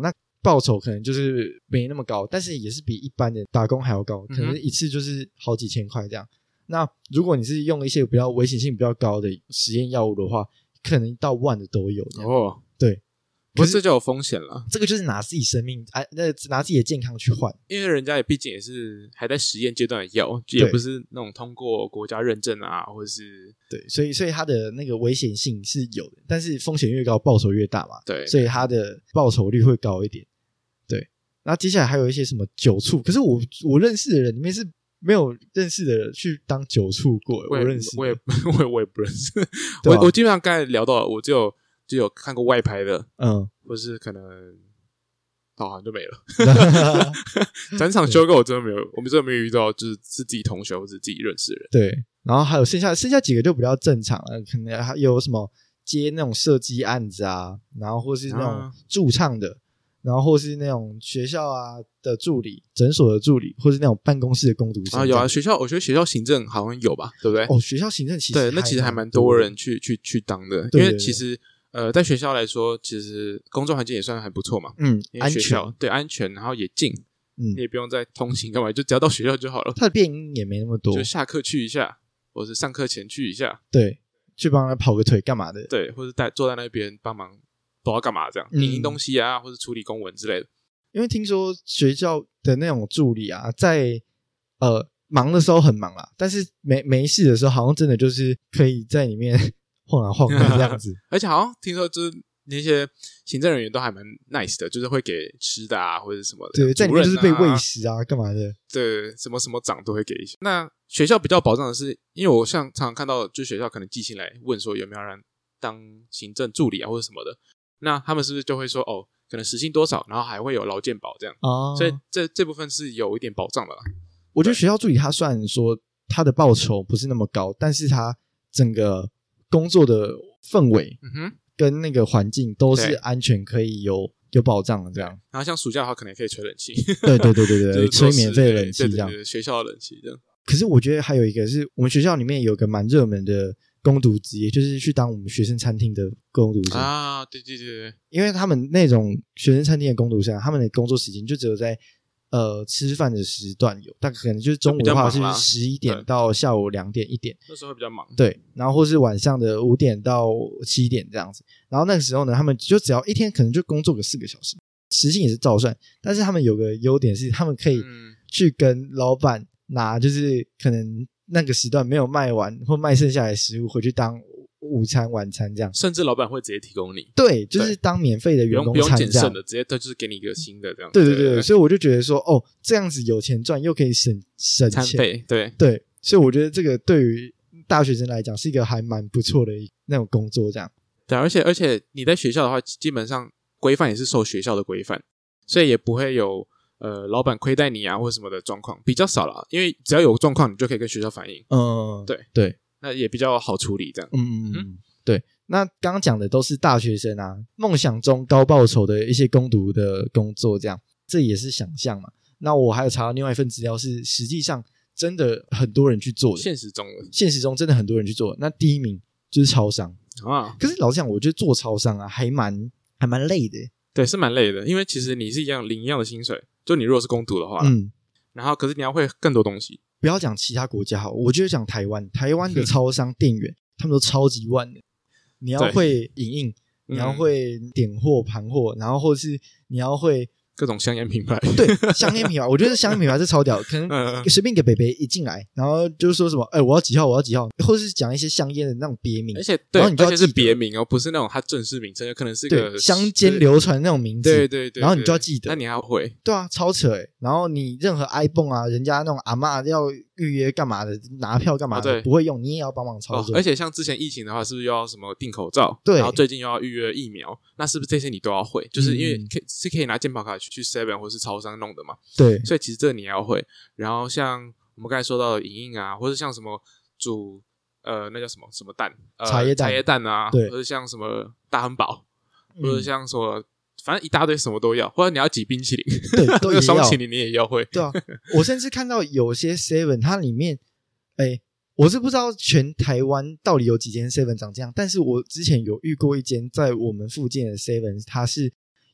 Speaker 3: 报酬可能就是没那么高，但是也是比一般的打工还要高，可能一次就是好几千块这样。那如果你是用一些比较危险性比较高的实验药物的话，可能到万的都有
Speaker 2: 哦。
Speaker 3: 对，
Speaker 2: 不是这就有风险了。
Speaker 3: 这个就是拿自己生命拿自己的健康去换，
Speaker 2: 因为人家也毕竟也是还在实验阶段的药，也不是那种通过国家认证啊，或者是
Speaker 3: 对，所以它的那个危险性是有的，但是风险越高报酬越大嘛，
Speaker 2: 对，
Speaker 3: 所以它的报酬率会高一点。对，那接下来还有一些什么酒醋，可是我认识的人里面是没有认识的人去当酒醋过，我认识，
Speaker 2: 我也不认识。我基本上刚才聊到，我就有看过外拍的，或是可能好像就没了。展场修购我真的没有，我们真的没有遇到，就是自己同学或者自己认识的人。
Speaker 3: 对，然后还有剩下几个就比较正常了，可能还有什么接那种设计案子啊，然后或是那种驻唱的。然后或是那种学校啊的助理，诊所的助理，或是那种办公室的工读生
Speaker 2: 啊，有啊，我觉得学校行政好像有吧，对不对？
Speaker 3: 哦，学校行政其实
Speaker 2: 对，那其实还蛮多人去当的，因为其实在学校来说，其实工作环境也算还不错嘛，
Speaker 3: 安全，
Speaker 2: 对，安全，然后也近，你也不用再通勤干嘛，就只要到学校就好了。
Speaker 3: 它的变因也没那么多，
Speaker 2: 就下课去一下，或是上课前去一下，
Speaker 3: 对，去帮他跑个腿干嘛的，
Speaker 2: 对，或是坐在那边帮忙。不知道干嘛这样，影东西啊，或是处理公文之类的。
Speaker 3: 因为听说学校的那种助理啊，在忙的时候很忙啦，但是没事的时候，好像真的就是可以在里面晃来晃去这样子。
Speaker 2: 而且好像听说就是那些行政人员都还蛮 nice 的，就是会给吃的啊，或者什么的。
Speaker 3: 对，在里面就是被喂食啊，干嘛的？
Speaker 2: 对，什么长都会给一些。那学校比较保障的是，因为我常常看到，就学校可能寄信来问说有没有人当行政助理啊，或者什么的。那他们是不是就会说哦，可能时薪多少，然后还会有劳健保这样？所以这部分是有一点保障的啦。
Speaker 3: 我觉得学校助理他虽然说他的报酬不是那么高，但是他整个工作的氛围，跟那个环境都是安全，可以有保障的这样。
Speaker 2: 然后像暑假的话，可能也可以吹冷气。
Speaker 3: 对，吹免费的冷气这样。
Speaker 2: 对，学校的冷气这样。
Speaker 3: 可是我觉得还有一个是我们学校里面有个蛮热门的工读职业，就是去当我们学生餐厅的工读生
Speaker 2: 啊，对，
Speaker 3: 因为他们那种学生餐厅的工读生，他们的工作时间就只有在吃饭的时段有，大概可能就是中午的话是11点到下午2点1点，
Speaker 2: 那时候会比较忙。
Speaker 3: 对，然后或是晚上的5点到7点这样子。然后那个时候呢，他们就只要一天可能就工作个4个小时，时薪也是照算，但是他们有个优点是，他们可以去跟老板拿，就是可能那个时段没有卖完或卖剩下来的食物回去当午餐晚餐这样，
Speaker 2: 甚至老板会直接提供你，
Speaker 3: 对，就是当免费的员工餐这样，
Speaker 2: 不用减剩的，直接就是给你一个新的这样。
Speaker 3: 对，所以我就觉得说，哦，这样子有钱赚又可以省
Speaker 2: 餐费，
Speaker 3: 对，所以我觉得这个对于大学生来讲是一个还蛮不错的那种工作这样。
Speaker 2: 对，而且你在学校的话，基本上规范也是受学校的规范，所以也不会有老板亏待你啊或什么的状况，比较少啦，因为只要有状况你就可以跟学校反映。对，那也比较好处理这样。
Speaker 3: 对。那刚刚讲的都是大学生啊，梦想中高报酬的一些工读的工作这样，这也是想象嘛。那我还有查到另外一份资料是实际上真的很多人去做的，
Speaker 2: 现实中真的很多人去做的。那第一名就是超商啊，可是老实讲我觉得做超商啊还蛮累的。 对，是蛮累的，因为其实你是领一样的薪水，就你如果是工读的话，然后可是你要会更多东西。
Speaker 3: 不要讲其他国家好，我就讲台湾的超商店员他们都超级万的，你要会影印，你要会点货盘货，然后或是你要会
Speaker 2: 各种香烟品牌。
Speaker 3: 对，香烟品牌，我觉得香烟品牌是超屌，可能随便给北北一进来，然后就是说什么我要几号，或是讲一些香烟的那种别名，
Speaker 2: 而且是别名哦，不是那种它正式名称，有可能是个
Speaker 3: 乡间流传那种名字。
Speaker 2: 对，
Speaker 3: 然后你就要记得，
Speaker 2: 那你还要会。
Speaker 3: 对啊，超扯欸。然后你任何 iPhone 啊，人家那种阿嬷要预约干嘛的，拿票干嘛的，不会用，你也要帮忙操作。
Speaker 2: 而且像之前疫情的话，是不是又要什么订口罩？
Speaker 3: 对，
Speaker 2: 然后最近又要预约疫苗，那是不是这些你都要会？就是因为可以拿健保卡去 Seven 或是超商弄的嘛。
Speaker 3: 对，
Speaker 2: 所以其实这个你也要会。然后像我们刚才说到的影印啊，或者像什么煮那叫什么蛋，
Speaker 3: 茶叶
Speaker 2: 蛋啊，
Speaker 3: 对，
Speaker 2: 或者像什么大汉堡，或者像什么。反正一大堆什么都要，或者你要挤冰淇淋，
Speaker 3: 对，
Speaker 2: 那个双淇淋你也要会。
Speaker 3: 对啊，我甚至看到有些 Seven 它里面，我是不知道全台湾到底有几间 Seven 长这样，但是我之前有遇过一间在我们附近的 Seven， 它是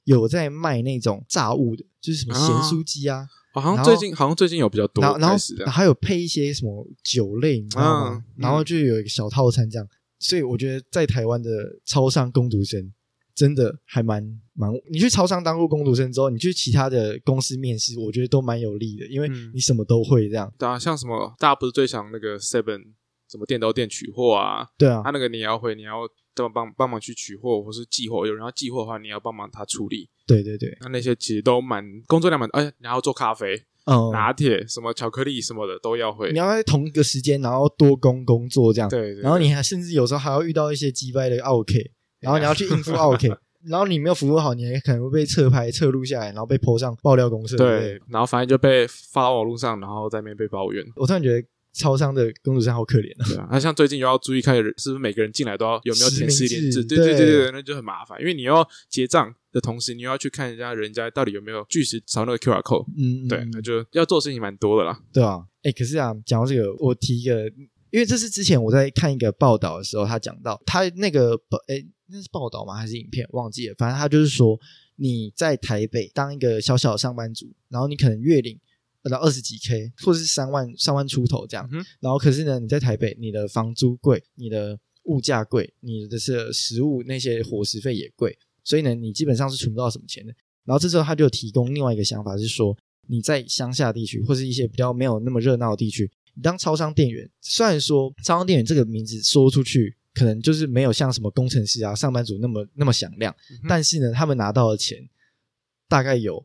Speaker 3: 有在卖那种炸物的，就是什么咸酥鸡啊，
Speaker 2: 好像最近有比较多，
Speaker 3: 然后还有配一些什么酒类，你知道吗？然后就有一个小套餐这样。所以我觉得在台湾的超商工读生真的还蛮，你去超商当过工读生之后，你去其他的公司面试，我觉得都蛮有利的，因为你什么都会这样。
Speaker 2: 对啊，像什么大家不是最想那个 Seven 什么电刀店取货啊？
Speaker 3: 对啊，
Speaker 2: 他那个你也要会，你要帮忙去取货或是寄货，有人要寄货的话，你要帮忙他处理。
Speaker 3: 对对对，
Speaker 2: 那些其实都工作量蛮，你还要做咖啡。拿铁什么巧克力什么的都要会，
Speaker 3: 你要在同一个时间然后多工作这样，
Speaker 2: 对，
Speaker 3: 然后你还甚至有时候还要遇到一些鸡掰的 OK， 然后你要去应付 OK， 然后你没有服务好，你还可能会被侧拍侧录下来，然后被 po 上爆料公社，
Speaker 2: 对，然后反正就被发到网络上，然后在那边被抱怨。
Speaker 3: 我突然觉得超商的工读生好可怜啊！
Speaker 2: 对啊，那像最近又要注意看是不是每个人进来都要有没有填实联制，对，那就很麻烦，因为你要结账的同时，你又要去看人家到底有没有据实扫那个 QR code，对，那就要做的事情蛮多的啦。
Speaker 3: 对啊，可是啊，讲到这个，我提一个，因为这是之前我在看一个报道的时候，他讲到他那个那是报道吗？还是影片？忘记了，反正他就是说你在台北当一个小小的上班族，然后你可能月领到20几 K 或者是3万出头这样，然后可是呢你在台北你的房租贵，你的物价贵，你的食物那些伙食费也贵，所以呢你基本上是存不到什么钱的。然后这时候他就提供另外一个想法是说，你在乡下地区或是一些比较没有那么热闹的地区，你当超商店员，虽然说超商店员这个名字说出去可能就是没有像什么工程师啊上班族那么响亮，但是呢他们拿到的钱大概有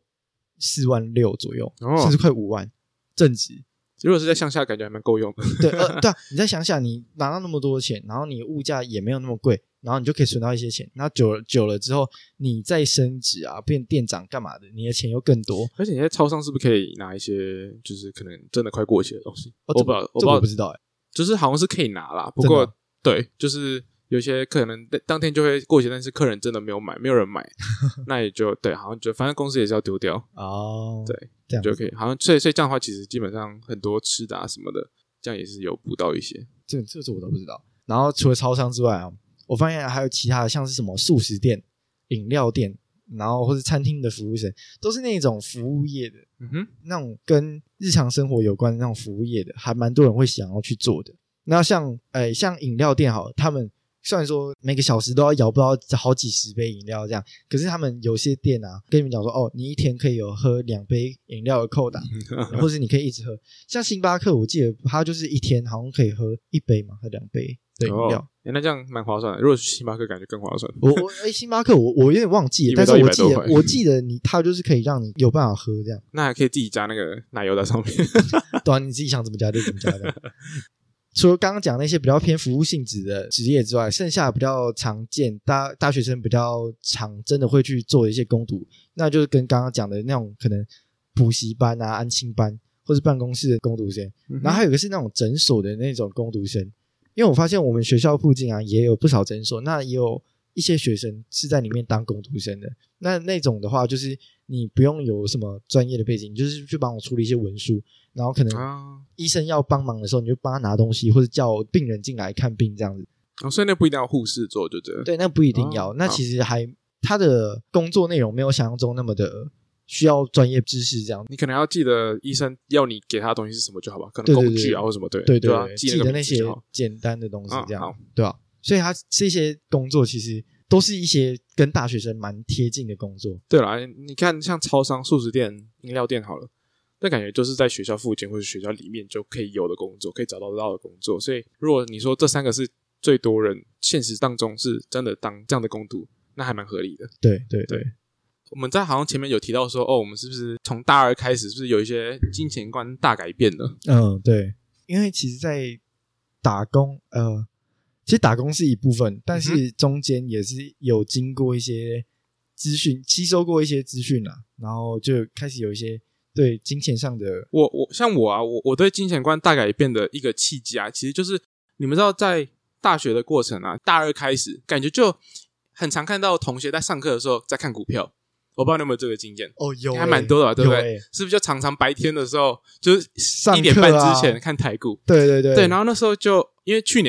Speaker 3: 4万6左右，甚至快5万正职。
Speaker 2: 如果是在乡下感觉还蛮够用的。
Speaker 3: 对对啊，你在乡下你拿到那么多钱，然后你物价也没有那么贵，然后你就可以存到一些钱，然后久了之后你再升职啊变店长干嘛的，你的钱又更多。
Speaker 2: 而且你在超商是不是可以拿一些就是可能真的快过期的东西？我不知道就是好像是可以拿啦，不过对，就是有些可能当天就会过期，但是客人真的没有人买那也就对，好像就反正公司也是要丢掉对，这样就可以，好像所以这样的话其实基本上很多吃的什么的这样也是有补到一些。这
Speaker 3: 我都不知道。然后除了超商之外啊，我发现还有其他的，像是什么素食店、饮料店，然后或是餐厅的服务生，都是那种服务业的，那种跟日常生活有关的那种服务业的，还蛮多人会想要去做的。那像饮料店好了，他们虽然说每个小时都要摇不到好几十杯饮料这样，可是他们有些店啊跟你们讲说你一天可以有喝2杯饮料的扣打或是你可以一直喝。像星巴克我记得他就是一天好像可以喝1杯嘛，喝2杯的饮料。
Speaker 2: 那这样蛮划算的，如果去星巴克感觉更划算。
Speaker 3: 星巴克我有点忘记了，但是我记得他就是可以让你有办法喝这样。
Speaker 2: 那还可以自己加那个奶油在上面
Speaker 3: 对啊，你自己想怎么加就怎么加的。除了刚刚讲那些比较偏服务性质的职业之外，剩下比较常见大学生比较常真的会去做的一些工读，那就是跟刚刚讲的那种可能补习班啊、安亲班或是办公室的工读生，然后还有一个是那种诊所的那种工读生。因为我发现我们学校附近啊也有不少诊所，那也有一些学生是在里面当工读生的。那种的话就是你不用有什么专业的背景，你就是去帮我处理一些文书，然后可能医生要帮忙的时候你就帮他拿东西，或者叫病人进来看病这样子。
Speaker 2: 所以那不一定要护士做就对了。
Speaker 3: 对，那不一定要。那其实他的工作内容没有想象中那么的需要专业知识这样。
Speaker 2: 你可能要记得医生要你给他的东西是什么就好吧，可能工具啊或什么。对
Speaker 3: 记得那些简单的东西这样。对啊，所以他这些工作其实都是一些跟大学生蛮贴近的工作。
Speaker 2: 对啦，你看像超商、素食店、饮料店好了，那感觉就是在学校附近或者学校里面就可以有的工作，可以找到的工作。所以如果你说这3个是最多人现实当中是真的当这样的工读，那还蛮合理的。
Speaker 3: 对。
Speaker 2: 我们在好像前面有提到说我们是不是从大2开始是不是有一些金钱观大改变了？
Speaker 3: 对，因为其实在打工其实打工是一部分，但是中间也是有经过一些资讯，吸收过一些资讯啊，然后就开始有一些对金钱上的
Speaker 2: 我对金钱观大改变的一个契机啊，其实就是你们知道在大学的过程啊，大2开始感觉就很常看到同学在上课的时候在看股票。我不知道你有没有这个经验。
Speaker 3: 有
Speaker 2: 还蛮多的吧，对不对？是不是就常常白天的时候就是1点半之前看台股？
Speaker 3: 对，
Speaker 2: 然后那时候就因为去年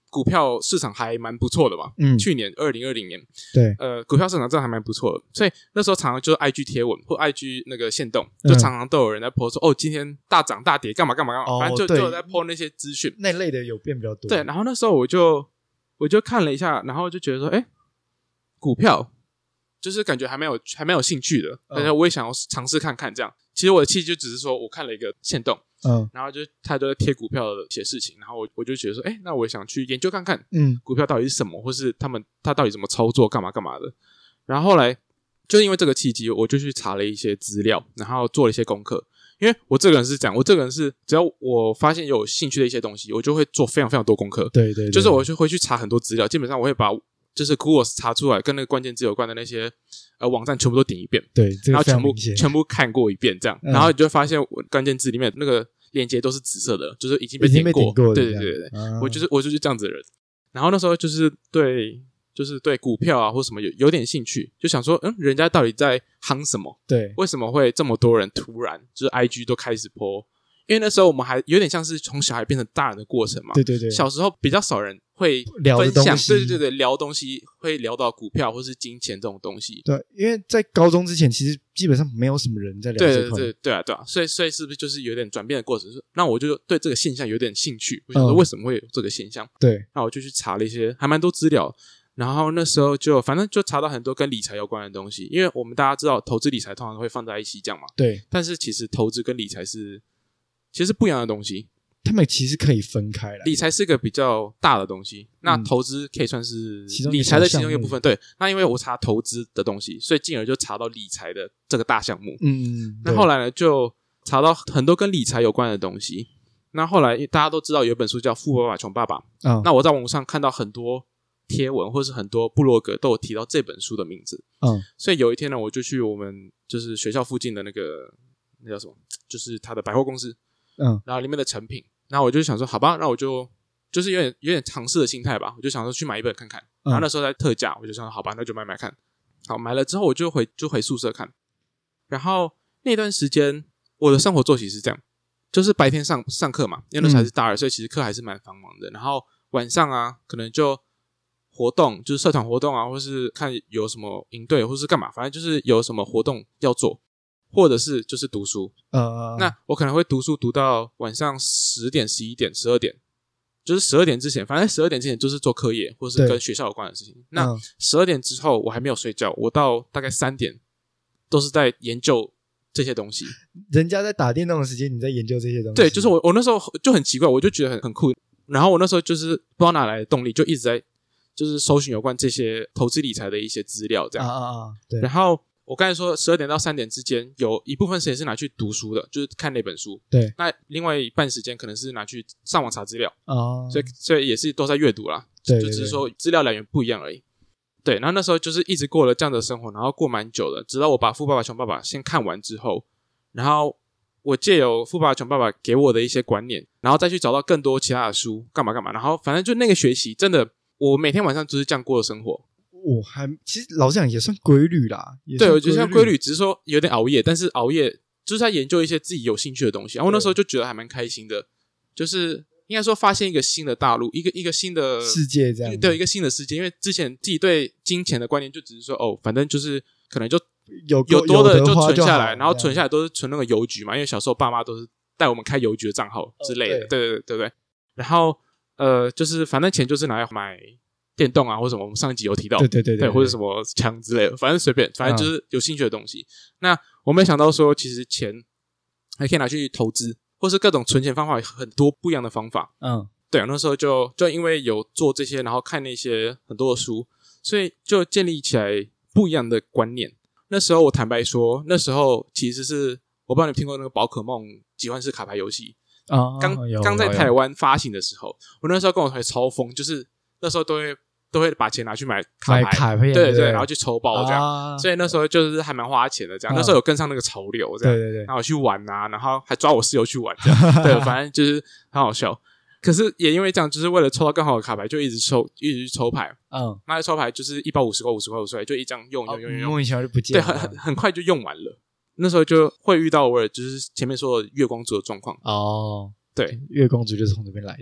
Speaker 2: 股票市场还蛮不错的嘛，去年2020年，
Speaker 3: 对，
Speaker 2: 股票市场真的还蛮不错的，所以那时候常常就是 IG 贴文或 IG 那个限动，就常常都有人在 po 说，今天大涨大跌干嘛干嘛干嘛，反正就有在 po 那些资讯，
Speaker 3: 那类的有变比较多。
Speaker 2: 对，然后那时候我就看了一下，然后就觉得说，股票就是感觉还蛮有兴趣的，但是我也想要尝试看看这样。其实我的契机就只是说我看了一个限动，然后他就在贴股票的一些事情，然后我就觉得说，那我也想去研究看看，股票到底是什么，或是他到底怎么操作，干嘛干嘛的。然后后来就因为这个契机，我就去查了一些资料，然后做了一些功课。因为我这个人是这样，我这个人是只要我发现有兴趣的一些东西，我就会做非常非常多功课。
Speaker 3: 对对，
Speaker 2: 就是我就会去查很多资料，基本上我会把就是 Google 查出来跟那个关键字有关的那些网站全部都点一遍，
Speaker 3: 对，这个
Speaker 2: 然后全部看过一遍这样，然后你就会发现我关键字里面那个链接都是紫色的，就是已经被点过。对对对对，我就是这样子的人。然后那时候就是对股票啊或什么有点兴趣，就想说人家到底在夯什么？对，为什么会这么多人突然就是 IG 都开始 po？因为那时候我们还有点像是从小孩变成大人的过程嘛。对对对，小时候比较少人会分享，对对对对，聊东西会聊到股票或是金钱这种东西。
Speaker 3: 对，因为在高中之前其实基本上没有什么人在聊这块。
Speaker 2: 对啊，所以是不是就是有点转变的过程？那我就对这个现象有点兴趣，我想说为什么会有这个现象？
Speaker 3: 对，
Speaker 2: 那我就去查了一些还蛮多资料。然后那时候就反正就查到很多跟理财有关的东西，因为我们大家知道投资理财通常会放在一起讲嘛。对，但是其实投资跟理财是其实不一样的东西，
Speaker 3: 他们其实可以分开来。
Speaker 2: 理财是一个比较大的东西，那投资可以算是理财的其中一个部分。对，那因为我查投资的东西，所以进而就查到理财的这个大项目。那后来呢，就查到很多跟理财有关的东西。那后来大家都知道有一本书叫《富爸爸穷爸爸》，那我在网上看到很多贴文或是很多部落格都有提到这本书的名字，所以有一天呢，我就去我们就是学校附近的那叫什么，就是他的百货公司，然后里面的成品，然后我就想说，好吧，那我就是有点尝试的心态吧，我就想说去买一本看看，然后那时候在特价，我就想说好吧，那就买看，好，买了之后我就回宿舍看，然后那段时间我的生活作息是这样，就是白天上课嘛，因为那时候还是大二，所以其实课还是蛮繁忙的，然后晚上啊，可能就活动，就是社团活动啊，或是看有什么营队，或是干嘛，反正就是有什么活动要做，或者是就是读书。那我可能会读书读到晚上10点、11点、12点，就是12点之前，反正12点之前就是做课业，或是跟学校有关的事情。那12点之后我还没有睡觉，我到大概3点都是在研究这些东西。
Speaker 3: 人家在打电动的时间，你在研究这些东西。
Speaker 2: 对，就是我那时候就很奇怪，我就觉得很酷。然后我那时候就是不知道哪来的动力，就一直在就是搜寻有关这些投资理财的一些资料，这样。对。然后我刚才说12点到3点之间，有一部分时间是拿去读书的，就是看那本书。对。那另外一半时间可能是拿去上网查资料。所以也是都在阅读啦。对。就只是说资料来源不一样而已。对。然后那时候就是一直过了这样的生活，然后过蛮久的，直到我把《富爸爸穷爸爸》先看完之后，然后我借由《富爸爸穷爸爸》给我的一些观念，然后再去找到更多其他的书，干嘛干嘛。然后反正就那个学期真的。我每天晚上就是这样过的生活，
Speaker 3: 其实老实讲也算规律啦。
Speaker 2: 对，我觉得像规律，只是说有点熬夜，但是熬夜就是在研究一些自己有兴趣的东西。然后那时候就觉得还蛮开心的，就是应该说发现一个新的大陆，一个新的
Speaker 3: 世界这样。
Speaker 2: 对，一个新的世界。因为之前自己对金钱的观念就只是说，反正就是可能就
Speaker 3: 有
Speaker 2: 多的就存下来，然后存下来都是存那个邮局嘛，因为小时候爸妈都是带我们开邮局的账号之类的。对。然后就是反正钱就是拿来买电动啊，或者什么我们上一集有提到，对，或者什么枪之类的，反正随便，反正就是有兴趣的东西。那我没想到说，其实钱还可以拿去投资，或是各种存钱方法，很多不一样的方法。对，那时候就因为有做这些，然后看那些很多的书，所以就建立起来不一样的观念。那时候我坦白说，那时候其实是我不知道你听过那个宝可梦集幻式卡牌游戏。刚在台湾发行的时候，我那时候跟我同学超疯，就是那时候都会把钱拿去买卡牌，对，然后去抽爆这样，所以那时候就是还蛮花钱的这样。那时候有跟上那个潮流这样，对，然后去玩啊，然后还抓我室友去玩这样，对，反正就是很好笑。可是也因为这样，就是为了抽到更好的卡牌，就一直去抽牌。那抽牌就是一包50块50块，就一张用，
Speaker 3: 摸一下就不见
Speaker 2: 了，对，很快就用完了。那时候就会遇到我就是前面说的月光族的状况。对，
Speaker 3: 月光族就是从这边来的这样。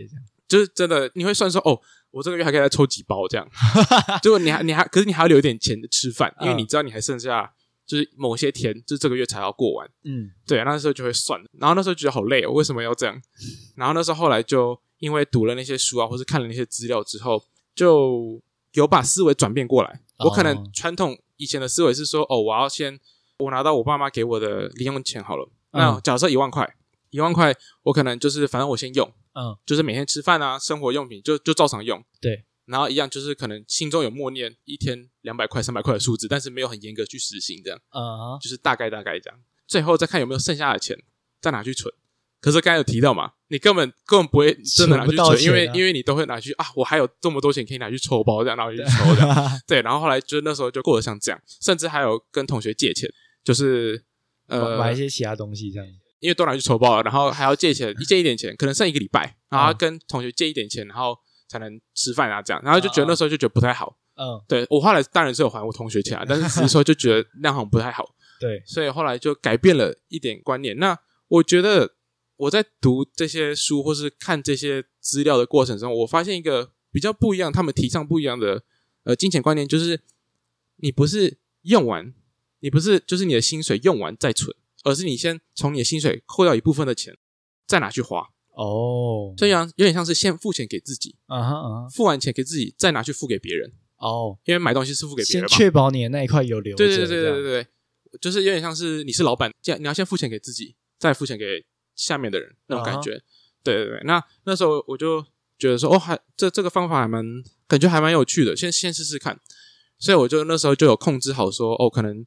Speaker 2: 就是真的你会算说我这个月还可以再抽几包这样，结果可是你还要留一点钱吃饭，因为你知道你还剩下就是某些天，就是这个月才要过完。对，那时候就会算，然后那时候觉得好累为什么要这样？然后那时候后来就因为读了那些书啊，或是看了那些资料之后，就有把思维转变过来。我可能传统以前的思维是说，我拿到我爸妈给我的零用钱好了，那假设1万块，我可能就是反正我先用，就是每天吃饭啊，生活用品就照常用。
Speaker 3: 对。
Speaker 2: 然后一样就是可能心中有默念一天200块300块的数字，但是没有很严格去实行这样，就是大概这样，最后再看有没有剩下的钱再拿去存。可是刚才有提到嘛，你根本不会真的拿去存，因为你都会拿去我还有这么多钱可以拿去抽包这样，拿去抽这样。对，然后后来就那时候就过得像这样，甚至还有跟同学借钱，就是
Speaker 3: 买一些其他东西这样，
Speaker 2: 因为都拿去抽包了，然后还要借一点钱，可能剩1个礼拜，然后跟同学借一点钱，然后才能吃饭啊这样，然后就觉得那时候就觉得不太好。对，我后来当然是有还我同学钱但是只是说就觉得那样好像不太好。
Speaker 3: 对，
Speaker 2: 所以后来就改变了一点观念。那我觉得我在读这些书或是看这些资料的过程中，我发现一个比较不一样，他们提倡不一样的金钱观念，就是你不是用完，你不是就是你的薪水用完再存，而是你先从你的薪水扣掉一部分的钱再拿去花。这样有点像是先付钱给自己，付完钱给自己再拿去付给别人。因为买东西是付给别人嘛，
Speaker 3: 先确保你的那一块有留着。
Speaker 2: 对，就是有点像是你是老板，你要先付钱给自己，再付钱给下面的人那种感觉。对，那时候我就觉得说这个方法感觉还蛮有趣的，先试试看。所以我就那时候就有控制好说可能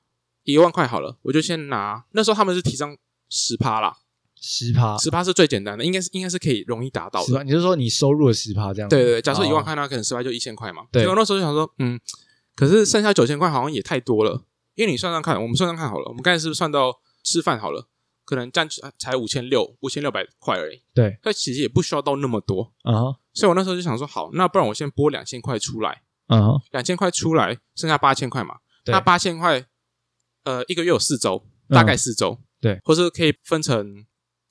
Speaker 2: 1万块好了，我就先拿。那时候他们是提倡 10% 啦，10% 是最简单的，应该是可以容易达到的。
Speaker 3: 你是说你收入的 10% 这样？
Speaker 2: 对，假设1万块，那可能10%就1000块嘛。对，我那时候就想说，可是剩下9000块好像也太多了，因为你算算看，我们算算看好了，我们刚才是不是算到吃饭好了，可能这样才5600块而已。
Speaker 3: 对，
Speaker 2: 所以其实也不需要到那么多。所以我那时候就想说，好，那不然我先拨2000块出来，2000块出来，剩下8000块嘛。那8000块，一个月有4周，大概4周，
Speaker 3: 对，
Speaker 2: 或是可以分成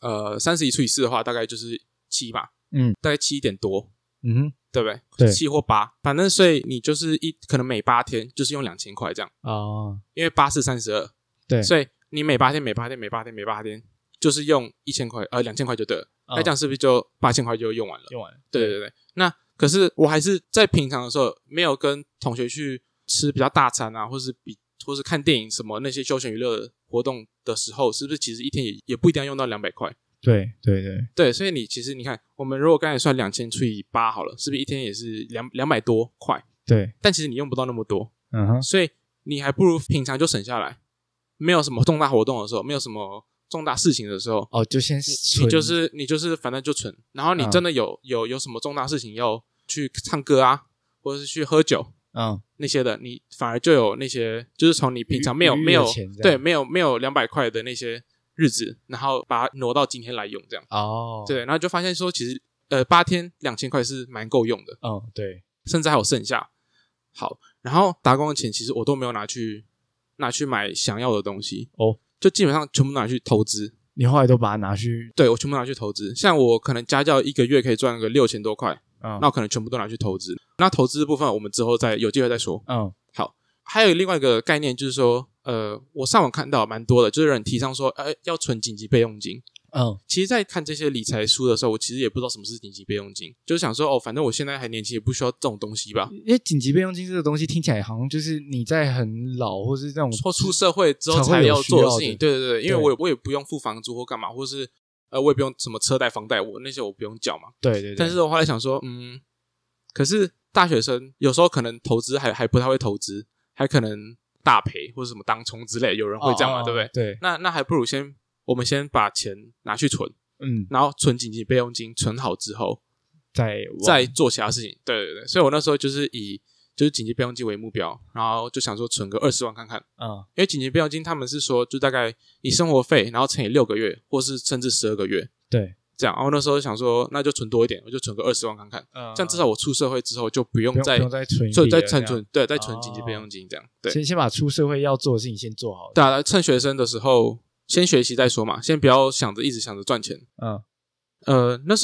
Speaker 2: 31除以4的话，大概就是7嘛，大概7点多，对不对？
Speaker 3: 对
Speaker 2: ，7或8，反正所以你就是可能每8天就是用2000块这样因为8是32，
Speaker 3: 对，
Speaker 2: 所以你每8天就是用1000块2000块就对了。那这样是不是就8000块就用完了？对。那可是我还是在平常的时候没有跟同学去吃比较大餐啊，或是看电影什么那些休闲娱乐活动的时候，是不是其实一天也不一定要用到200块？对，所以其实你看，我们如果刚才算2000除以8好了，是不是一天也是200多块？
Speaker 3: 对，
Speaker 2: 但其实你用不到那么多，所以你还不如平常就省下来，没有什么重大活动的时候，没有什么重大事情的时候，
Speaker 3: 就先存，
Speaker 2: 你就是反正就存，然后你真的有什么重大事情要去唱歌啊，或者是去喝酒，那些的，你反而就有那些，就是从你平常没有对没有200块的那些日子，然后把它挪到今天来用，这样对，然后就发现说，其实8天2000块是蛮够用的，
Speaker 3: 对，
Speaker 2: 甚至还有剩下。好，然后打工的钱其实我都没有拿去买想要的东西就基本上全部拿去投资。
Speaker 3: 你后来都把它拿去？
Speaker 2: 对，我全部拿去投资。像我可能家教一个月可以赚个6000多块，那我可能全部都拿去投资。那投资的部分我们之后有机会再说。好，还有另外一个概念就是说，我上网看到蛮多的，就是有人提倡说，要存紧急备用金。其实在看这些理财书的时候，我其实也不知道什么是紧急备用金，就是想说反正我现在还年轻，也不需要这种东西吧。
Speaker 3: 因为紧急备用金这个东西听起来好像就是你在很老或是这种
Speaker 2: 或出社会之后才要做的事情。对，因为我也不用付房租或干嘛，或是我也不用什么车贷房贷，那些我不用缴嘛。
Speaker 3: 对。
Speaker 2: 但是我后来想说，可是大学生有时候可能投资还不太会投资，还可能大赔或者什么当冲之类，有人会这样嘛，对不对？
Speaker 3: 对。
Speaker 2: 那还不如我们先把钱拿去存，然后存紧急备用金，存好之后再做其他事情。对，所以我那时候就是以紧急备用金为目标，然后就想说存个20万看看。因为紧急备用金他们是说就大概你生活费，然后乘以6个月，或是甚至12个月。
Speaker 3: 对，
Speaker 2: 这样。然后那时候想说那就存多一点，我就存个20万看看。这样至少我出社会之后就不用再存，所以再存紧急备用金这样。对，
Speaker 3: 先把出社会要做的事情先做好。
Speaker 2: 对啊，趁学生的时候先学习再说嘛，先不要一直想着赚钱。那时候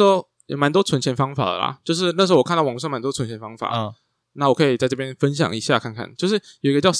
Speaker 2: 也蛮多存钱方法的啦，就是那时候我看到网上蛮多存钱方法，那我可以在这边分享一下看看，就是有一个叫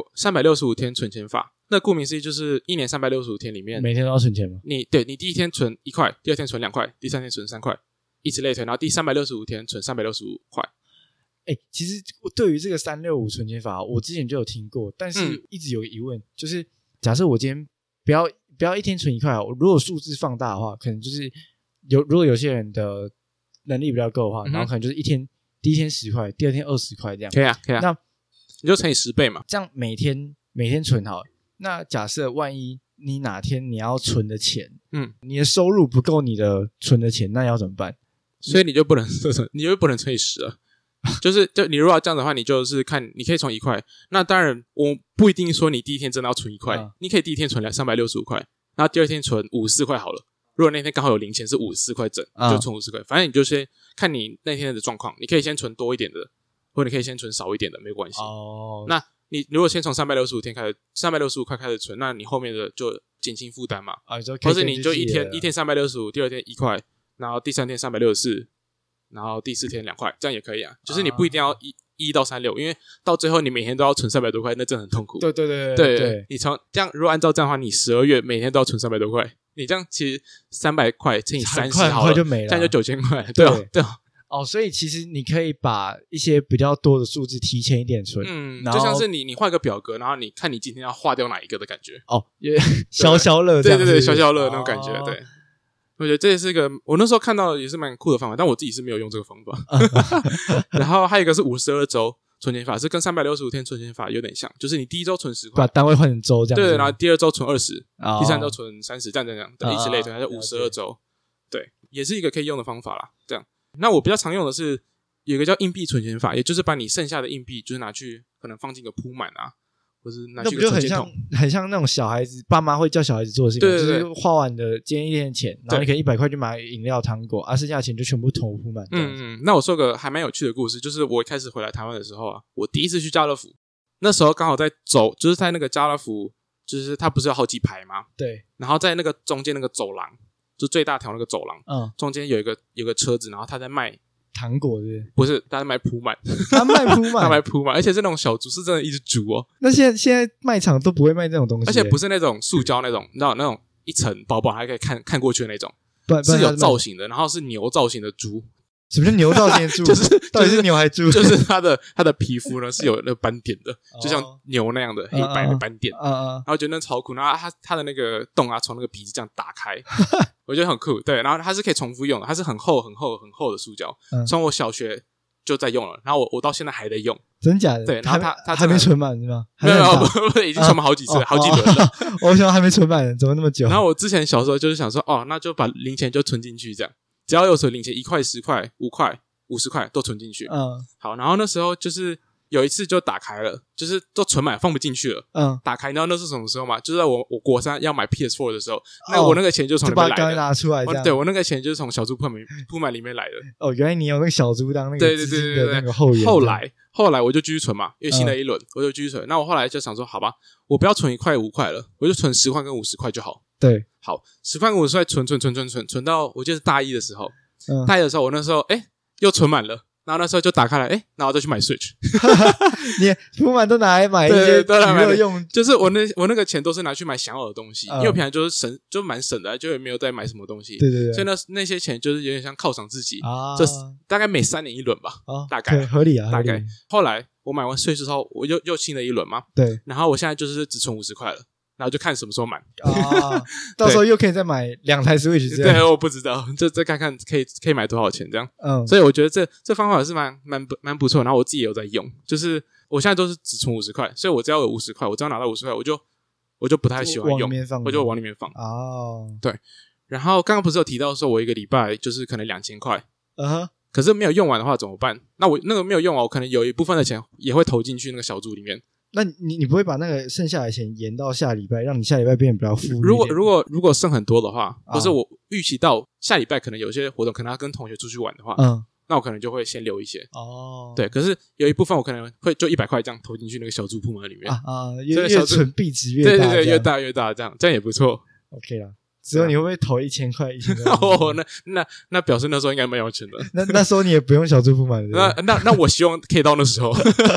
Speaker 2: 365天存钱法，那顾名思义就是一年365天里面
Speaker 3: 每天都要存钱吗？
Speaker 2: 你第一天存1块，第二天存2块，第三天存3块，以此类推，然后第365天存365块。
Speaker 3: 其实对于这个365存钱法，我之前就有听过，但是一直有个疑问，就是假设我今天不要一天存1块，如果数字放大的话，可能就是如果有些人的能力比较够的话，然后可能就是第一天10块，第二天20块这样。
Speaker 2: 可以啊。
Speaker 3: 那
Speaker 2: 你就乘以10倍嘛。
Speaker 3: 这样每天存好了。那假设万一你哪天你要存的钱，你的收入不够你的存的钱，那要怎么办？
Speaker 2: 所以你就不能乘以10了。就你如果要这样的话，你就是看你可以从1块，那当然我不一定说你第一天真的要存1块，你可以第一天存365块，然后第二天存54块好了。如果那天刚好有零钱是54块整，就存50块，反正你就先看你那天的状况，你可以先存多一点的，或者你可以先存少一点的，没关系。那你如果先从365天开始，365块开始存，那你后面的就减轻负担嘛。或是你就一天365，第二天1块，然后第三天364，然后第四天2块，这样也可以啊。就是你不一定要1到36，因为到最后你每天都要存300多块，那真的很痛苦。对，你从这样如果按照这样的话，你12月每天都要存300多块，你这样其实300块乘以30好了，
Speaker 3: 就没了，
Speaker 2: 这样就9000块。对啊。
Speaker 3: 所以其实你可以把一些比较多的数字提前一点存，
Speaker 2: 就像是你画一个表格，然后你看你今天要划掉哪一个的感觉。
Speaker 3: 消乐这样子，
Speaker 2: 对，消乐那种感觉。对，我觉得这也是一个我那时候看到也是蛮酷的方法，但我自己是没有用这个方法。然后还有一个是52周存钱法，是跟365天存钱法有点像，就是你第一周存10块，
Speaker 3: 把单位换成周这样子。
Speaker 2: 对，然后第二周存20，第三周存30，这样，对，以此类推，它就52周。对，也是一个可以用的方法啦。这样，那我比较常用的是有一个叫硬币存钱法，也就是把你剩下的硬币就是拿去可能放进个铺满啊，或是拿去个存钱筒，
Speaker 3: 很像那种小孩子爸妈会叫小孩子做的事情，
Speaker 2: 对，
Speaker 3: 就是花完的今天一天的钱，然后你可以100块去买饮料糖果啊，剩下的钱就全部投铺满。
Speaker 2: 那我说个还蛮有趣的故事，就是我一开始回来台湾的时候啊，我第一次去家乐福，那时候刚好在走，就是在那个家乐福，就是它不是有好几排吗？
Speaker 3: 对，
Speaker 2: 然后在那个中间那个走廊，就最大条那个走廊，中间有一个车子，然后他在卖
Speaker 3: 糖果，
Speaker 2: 不是，他在卖铺满，
Speaker 3: 他卖铺满，
Speaker 2: 而且是那种小猪，是真的一直煮哦。
Speaker 3: 那现在卖场都不会卖这种东西，
Speaker 2: 而且不是那种塑胶那种，你知道那种一层薄薄还可以看过去的那种，是有造型的，然后是牛造型的猪。
Speaker 3: 什么叫牛造型的猪？到底是牛还是猪？
Speaker 2: 就是它的皮肤呢是有那个斑点的，就像牛那样的黑白的斑点。然后觉得那超酷，然后它的那个洞啊，从那个鼻子这样打开，我觉得很酷。对，然后它是可以重复用的，它是很厚的塑胶，从我小学就在用了，然后我到现在还在用。
Speaker 3: 真假的？
Speaker 2: 对，然后它
Speaker 3: 还没存满是吗？
Speaker 2: 没有，不，已经存满好几次，好几轮了。
Speaker 3: 我想还没存满，怎么那么久？
Speaker 2: 然后我之前小时候就是想说，那就把零钱就存进去，这样只要有存零钱，1块、10块、5块、50块都存进去。好，然后那时候就是有一次就打开了，就是都存满放不进去了。打开，你知道那是什么时候吗？就是在我国3要买 PS4 的时候，我那个钱就从那边来的，
Speaker 3: 就把刚拿出来这样。
Speaker 2: 对，我那个钱就是从小猪铺满里面来的。
Speaker 3: 原来你有那个小猪当那个资金的那个后援。
Speaker 2: 后来我就继续存嘛，因为新的一轮我就继续存。那我后来就想说，好吧，我不要存1块5块了，我就存10块跟50块就好。
Speaker 3: 对，
Speaker 2: 好，10块跟50块存到我记得是大一的时候。大一的时候，我那时候又存满了，然后那时候就打开来，然后再去买 Switch。
Speaker 3: 你铺满都拿来买一些娱乐用，
Speaker 2: 就是我那个钱都是拿去买想要的东西，因为我平常就是就蛮省的，就也没有在买什么东西。
Speaker 3: 对，
Speaker 2: 所以那些钱就是有点像犒赏自己，就是大概每3年一轮吧，大概
Speaker 3: 合理啊，
Speaker 2: 大概。后来我买完 Switch 之后，我又新了一轮嘛，
Speaker 3: 对，
Speaker 2: 然后我现在就是只存50块了。然后就看什么时候满
Speaker 3: 到时候又可以再买2台 Switch 这样。
Speaker 2: 对，我不知道，就再看看可以买多少钱这样。所以我觉得这方法是蛮不错。然后我自己也有在用，就是我现在都是只存50块，所以我只要有50块，我只要拿到50块，我就不太喜欢用，我就往里面放。对。然后刚刚不是有提到说我一个礼拜就是可能2000块，可是没有用完的话怎么办？那我那个没有用完，我可能有一部分的钱也会投进去那个小猪里面。
Speaker 3: 那你不会把那个剩下的钱延到下礼拜，让你下礼拜变得比较富裕？
Speaker 2: 如果剩很多的话，或是我预期到下礼拜可能有些活动，可能要跟同学出去玩的话，那我可能就会先留一些。对，可是有一部分我可能会就100块这样投进去那个小猪铺满里面
Speaker 3: 越存币值越大，
Speaker 2: 对，越大这样也不错。
Speaker 3: OK 啦， 之后你会不会投1000块？1000块
Speaker 2: 哦，那表示那时候应该蛮有钱的。
Speaker 3: 那时候你也不用小猪铺满的。
Speaker 2: 那我希望可以到那时候。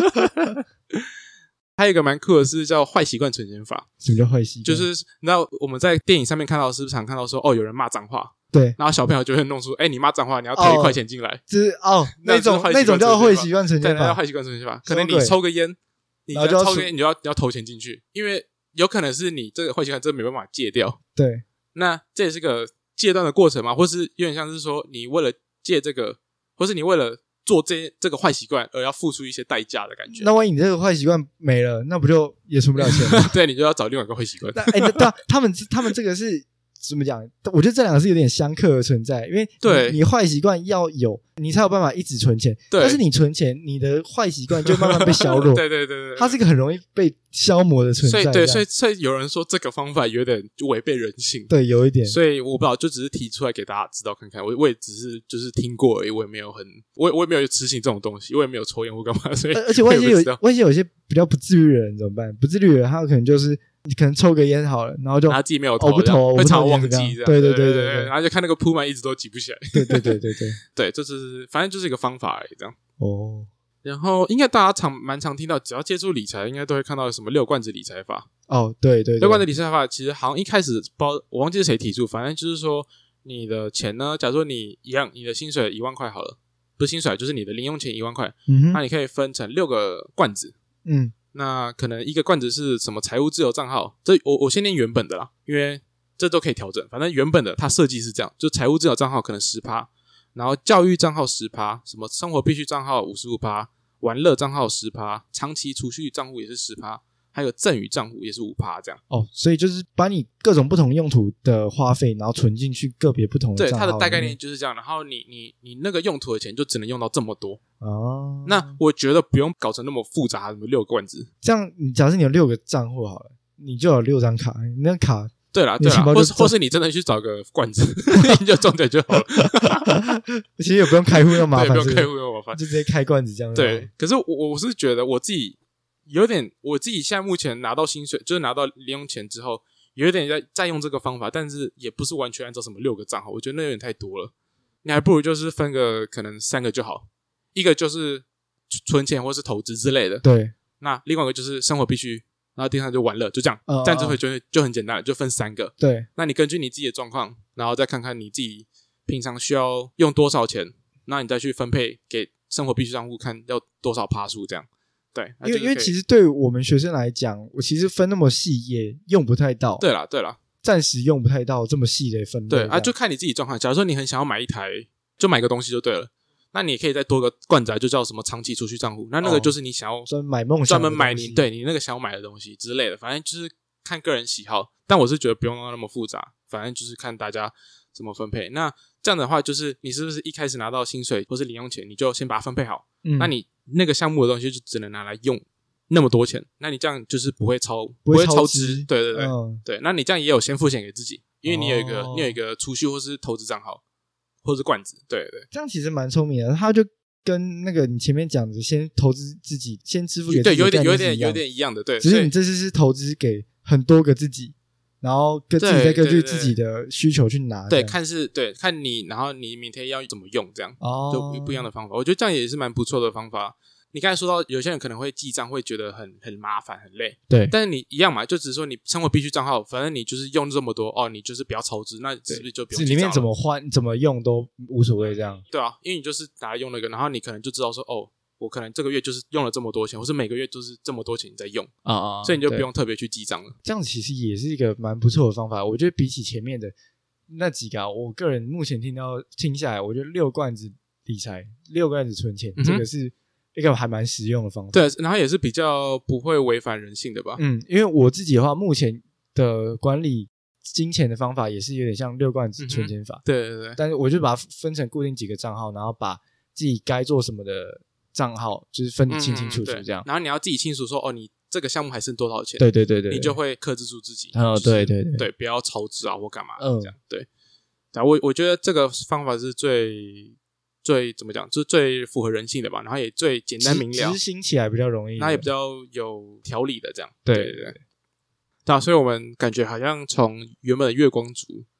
Speaker 2: 还有一个蛮酷的是叫坏习惯存钱法。
Speaker 3: 什么叫坏习惯？
Speaker 2: 就是你知道我们在电影上面看到，是不是常看到说有人骂脏话？
Speaker 3: 对，
Speaker 2: 然后小朋友就会弄出，你骂脏话，你要投1块钱进来。
Speaker 3: 就是那种叫坏习惯存钱法。
Speaker 2: 对，那叫坏习惯存钱法。可能你抽个烟，你抽个烟，你就要投钱进去，因为有可能是你这个坏习惯真的没办法戒掉。
Speaker 3: 对，
Speaker 2: 那这也是个戒断的过程嘛，或是有点像是说你为了戒这个，或是你为了做这个坏习惯而要付出一些代价的感觉。
Speaker 3: 那万一你这个坏习惯没了，那不就也存不了钱吗？
Speaker 2: 对，你就要找另外一个坏习惯。
Speaker 3: 对，他们这个是怎么讲？我觉得这两个是有点相克的存在，因为你坏习惯要有，你才有办法一直存钱。
Speaker 2: 对，
Speaker 3: 但是你存钱，你的坏习惯就慢慢被削弱。
Speaker 2: 对，
Speaker 3: 它是一个很容易被消磨的存在。
Speaker 2: 所以有人说这个方法有点违背人性。
Speaker 3: 对，有一点。
Speaker 2: 所以我不知道，就只是提出来给大家知道看看。我也只是就是听过而已，我也没有我也没有执行这种东西，我也没有抽烟或干嘛。所以
Speaker 3: 而且万一有些比较不自律的人怎么办？不自律的人他可能就是你可能抽个烟好了，然后就
Speaker 2: 他自己没有投，
Speaker 3: 不投，
Speaker 2: 会常忘记这样。
Speaker 3: 对，
Speaker 2: 然后就看那个铺满一直都挤不起来。
Speaker 3: 对，
Speaker 2: 对，就是反正就是一个方法而已这样。
Speaker 3: 哦。
Speaker 2: 然后应该大家蛮常听到，只要接触理财，应该都会看到什么6罐子理财法。
Speaker 3: 哦，对，6
Speaker 2: 罐子理财法其实好像一开始我忘记是谁提出，反正就是说你的钱呢，假如说你的薪水1万块好了，不是薪水，就是你的零用钱1万块，那你可以分成6个罐子。那可能一个罐子是什么财务自由账号，这我先念原本的啦，因为这都可以调整。反正原本的它设计是这样，就财务自由账号可能 10%， 然后教育账号 10%， 什么生活必需账号 55%， 玩乐账号 10%， 长期储蓄账户也是 10%， 还有赠与账户也是 5% 这样。
Speaker 3: 所以就是把你各种不同用途的花费，然后存进去个别不同的账号。
Speaker 2: 对，它的大概念就是这样。然后你那个用途的钱就只能用到这么多。
Speaker 3: 哦，
Speaker 2: 那我觉得不用搞成那么复杂，什么6个罐子。
Speaker 3: 这样，你假设你有6个账户好了，你就有6张卡，你那卡。
Speaker 2: 对啦，或是你真的去找个罐子，你就装点就好了。
Speaker 3: 其实也不用开户那么麻烦，
Speaker 2: 不用开户那么麻烦，
Speaker 3: 就直接开罐子这样。
Speaker 2: 对，可是我是觉得我自己现在目前拿到薪水，就是拿到零用钱之后，有点在用这个方法，但是也不是完全按照什么6个账号，我觉得那有点太多了。你还不如就是分个可能3个就好，一个就是存钱或是投资之类的。
Speaker 3: 对，
Speaker 2: 那另外一个就是生活必须。然后第三就玩乐，就这样，这样就很简单了，就分3个。
Speaker 3: 对，
Speaker 2: 那你根据你自己的状况，然后再看看你自己平常需要用多少钱，那你再去分配给生活必需账户，看要多少趴数这样。对，
Speaker 3: 因为其实对我们学生来讲，我其实分那么细也用不太到。
Speaker 2: 对啦，
Speaker 3: 暂时用不太到这么细的分类。
Speaker 2: 对啊，就看你自己状况。假如说你很想要买一台，就买个东西就对了。那你可以再多个罐子，就叫什么长期储蓄账户。那个就是你想要
Speaker 3: 专门买
Speaker 2: 你那个想要买的东西之类的，反正就是看个人喜好。但我是觉得不用那么复杂，反正就是看大家怎么分配。那这样的话，就是你是不是一开始拿到薪水或是零用钱，你就先把它分配好？那你那个项目的东西就只能拿来用那么多钱，那你这样就是不会超支。对，对，那你这样也有先付钱给自己，因为你有一个储蓄或是投资账号。或是罐子，对，
Speaker 3: 这样其实蛮聪明的。他就跟那个你前面讲的，先投资自己，先支付给自己，
Speaker 2: 对，有点一样的，对。
Speaker 3: 只是你这次是投资给很多个自己，然后自己再根据自己的需求去拿。
Speaker 2: 对，看你，然后你明天要怎么用，这样就不一样的方法。我觉得这样也是蛮不错的方法。你刚才说到有些人可能会记账，会觉得很麻烦很累，
Speaker 3: 对。
Speaker 2: 但是你一样嘛，就只是说你生活必须账号，反正你就是用这么多你就是不要超支，那是不是就不用记账了？
Speaker 3: 里面怎么换怎么用都无所谓这样。
Speaker 2: 对啊，因为你就是拿来用那个，然后你可能就知道说我可能这个月就是用了这么多钱，或是每个月就是这么多钱在用所以你就不用特别去记账了。
Speaker 3: 这样其实也是一个蛮不错的方法。我觉得比起前面的那几个我个人目前听下来，我觉得6罐子理财，6罐子存钱，这个是一个还蛮实用的方法。
Speaker 2: 对，然后也是比较不会违反人性的吧。
Speaker 3: 因为我自己的话，目前的管理金钱的方法也是有点像6罐子存钱法。
Speaker 2: 对。
Speaker 3: 但是我就把它分成固定几个账号，然后把自己该做什么的账号就是分得清清楚楚这样。
Speaker 2: 然后你要自己清楚说你这个项目还剩多少钱。
Speaker 3: 对，
Speaker 2: 你就会克制住自己。
Speaker 3: 对，
Speaker 2: 不要超支或干嘛这样。对。我觉得这个方法是最怎么讲，就是最符合人性的吧，然后也最简单明了，
Speaker 3: 执行起来比较容易，
Speaker 2: 然后也比较有条理的这样。
Speaker 3: 对，
Speaker 2: 所以我们感觉好像从原本的月光族，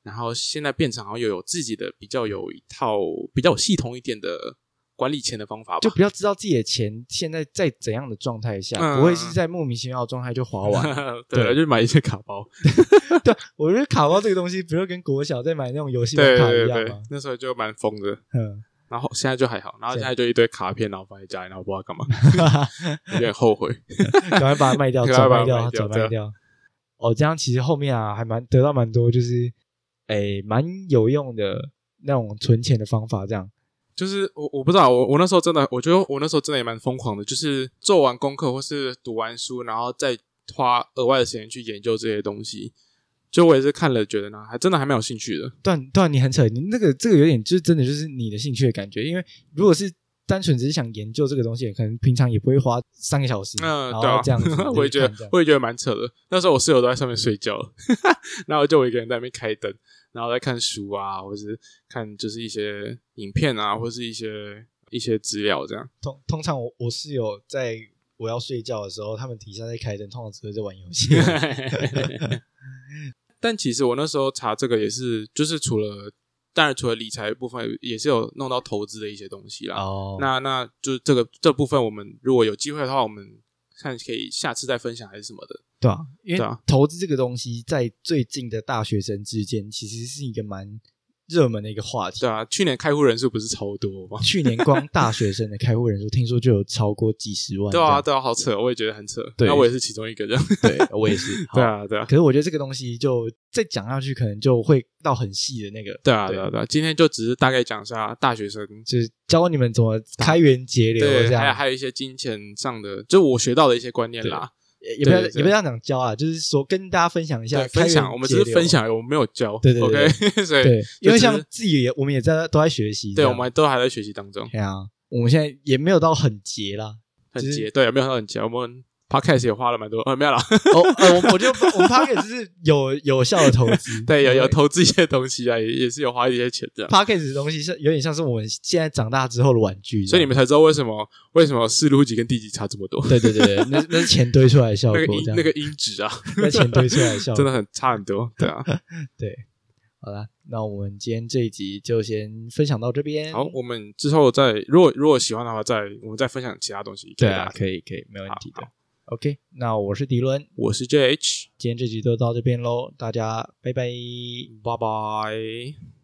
Speaker 2: 然后现在变成好像有自己的比较有一套比较有系统一点的管理钱的方法吧，
Speaker 3: 就比较知道自己的钱现在在怎样的状态下，不会是在莫名其妙的状态就花完。
Speaker 2: 对，就买一些卡包。
Speaker 3: 对，我觉得卡包这个东西，不就跟国小在买那种游戏的卡一样吗？
Speaker 2: 对，那时候就蛮疯的。然后现在就还好，然后现在就一堆卡片，然后放在家里，然后不知道干嘛，有点后悔，
Speaker 3: 赶快把它卖掉，转卖掉。哦，这样其实后面啊，还得到蛮多，就是蛮有用的那种存钱的方法，这样。
Speaker 2: 就是我不知道，我那时候真的，我觉得我那时候真的也蛮疯狂的，就是做完功课或是读完书，然后再花额外的时间去研究这些东西。就我也是看了，觉得呢，还真的还蛮有兴趣的。
Speaker 3: 对，你很扯，你这个有点就是真的就是你的兴趣的感觉，因为如果是单纯只是想研究这个东西，可能平常也不会花3个小时，然后这样子。
Speaker 2: 我也觉得蛮扯的。那时候我室友都在上面睡觉了，然后就我一个人在那边开灯，然后在看书啊，或是看就是一些影片啊，或是一些资料这样。
Speaker 3: 通常我室友在我要睡觉的时候，他们底下在开灯，通常只会在玩游戏。
Speaker 2: 但其实我那时候查这个也是，就是当然除了理财的部分，也是有弄到投资的一些东西啦。那就这部分，我们如果有机会的话，我们看可以下次再分享还是什么的。
Speaker 3: 对啊，因为投资这个东西，在最近的大学生之间，其实是一个蛮热门的一个话题。
Speaker 2: 对啊，去年开户人数不是超多吗？
Speaker 3: 去年光大学生的开户人数，听说就有超过几十万。
Speaker 2: 对啊，好扯，我也觉得很扯。那我也是其中一个这样。
Speaker 3: 对，我也是。
Speaker 2: 对啊。
Speaker 3: 可是我觉得这个东西就再讲下去，可能就会到很细的那个。
Speaker 2: 对啊。今天就只是大概讲一下大学生，
Speaker 3: 就是教你们怎么开源节流这样。
Speaker 2: 还有一些金钱上的，就我学到的一些观念啦。
Speaker 3: 也不要这样讲教啊，就是说跟大家分享一下。
Speaker 2: 分享，我们只是分享，我们没有教。
Speaker 3: 对
Speaker 2: ，OK， 所以
Speaker 3: 因为像自己我们也都在学习。
Speaker 2: 对，我们都还在学习当中。
Speaker 3: 对啊，我们现在也没有到很节啦，
Speaker 2: 很节，对，没有到很节。我们 Podcast 也花了蛮多，没有啦。
Speaker 3: 我觉得我们 Podcast 是有效的投资，
Speaker 2: 对，有投资一些东西啊，也是有花一些钱这样。
Speaker 3: Podcast 的东西是有点像是我们现在长大之后的玩具，
Speaker 2: 所以你们才知道为什么四录集跟第几差这么多。
Speaker 3: 对，那是钱堆出来的效果，
Speaker 2: 那个音质啊，
Speaker 3: 那钱堆出来的效果
Speaker 2: 真的很差很多。对啊，
Speaker 3: 对。好啦，那我们今天这一集就先分享到这边。
Speaker 2: 好，我们之后如果喜欢的话，我们再分享其他东西。
Speaker 3: 对啊，可以，没问题的。OK， 那我是迪伦，
Speaker 2: 我是 JH，
Speaker 3: 今天这集就到这边咯，大家拜拜，
Speaker 2: 拜拜。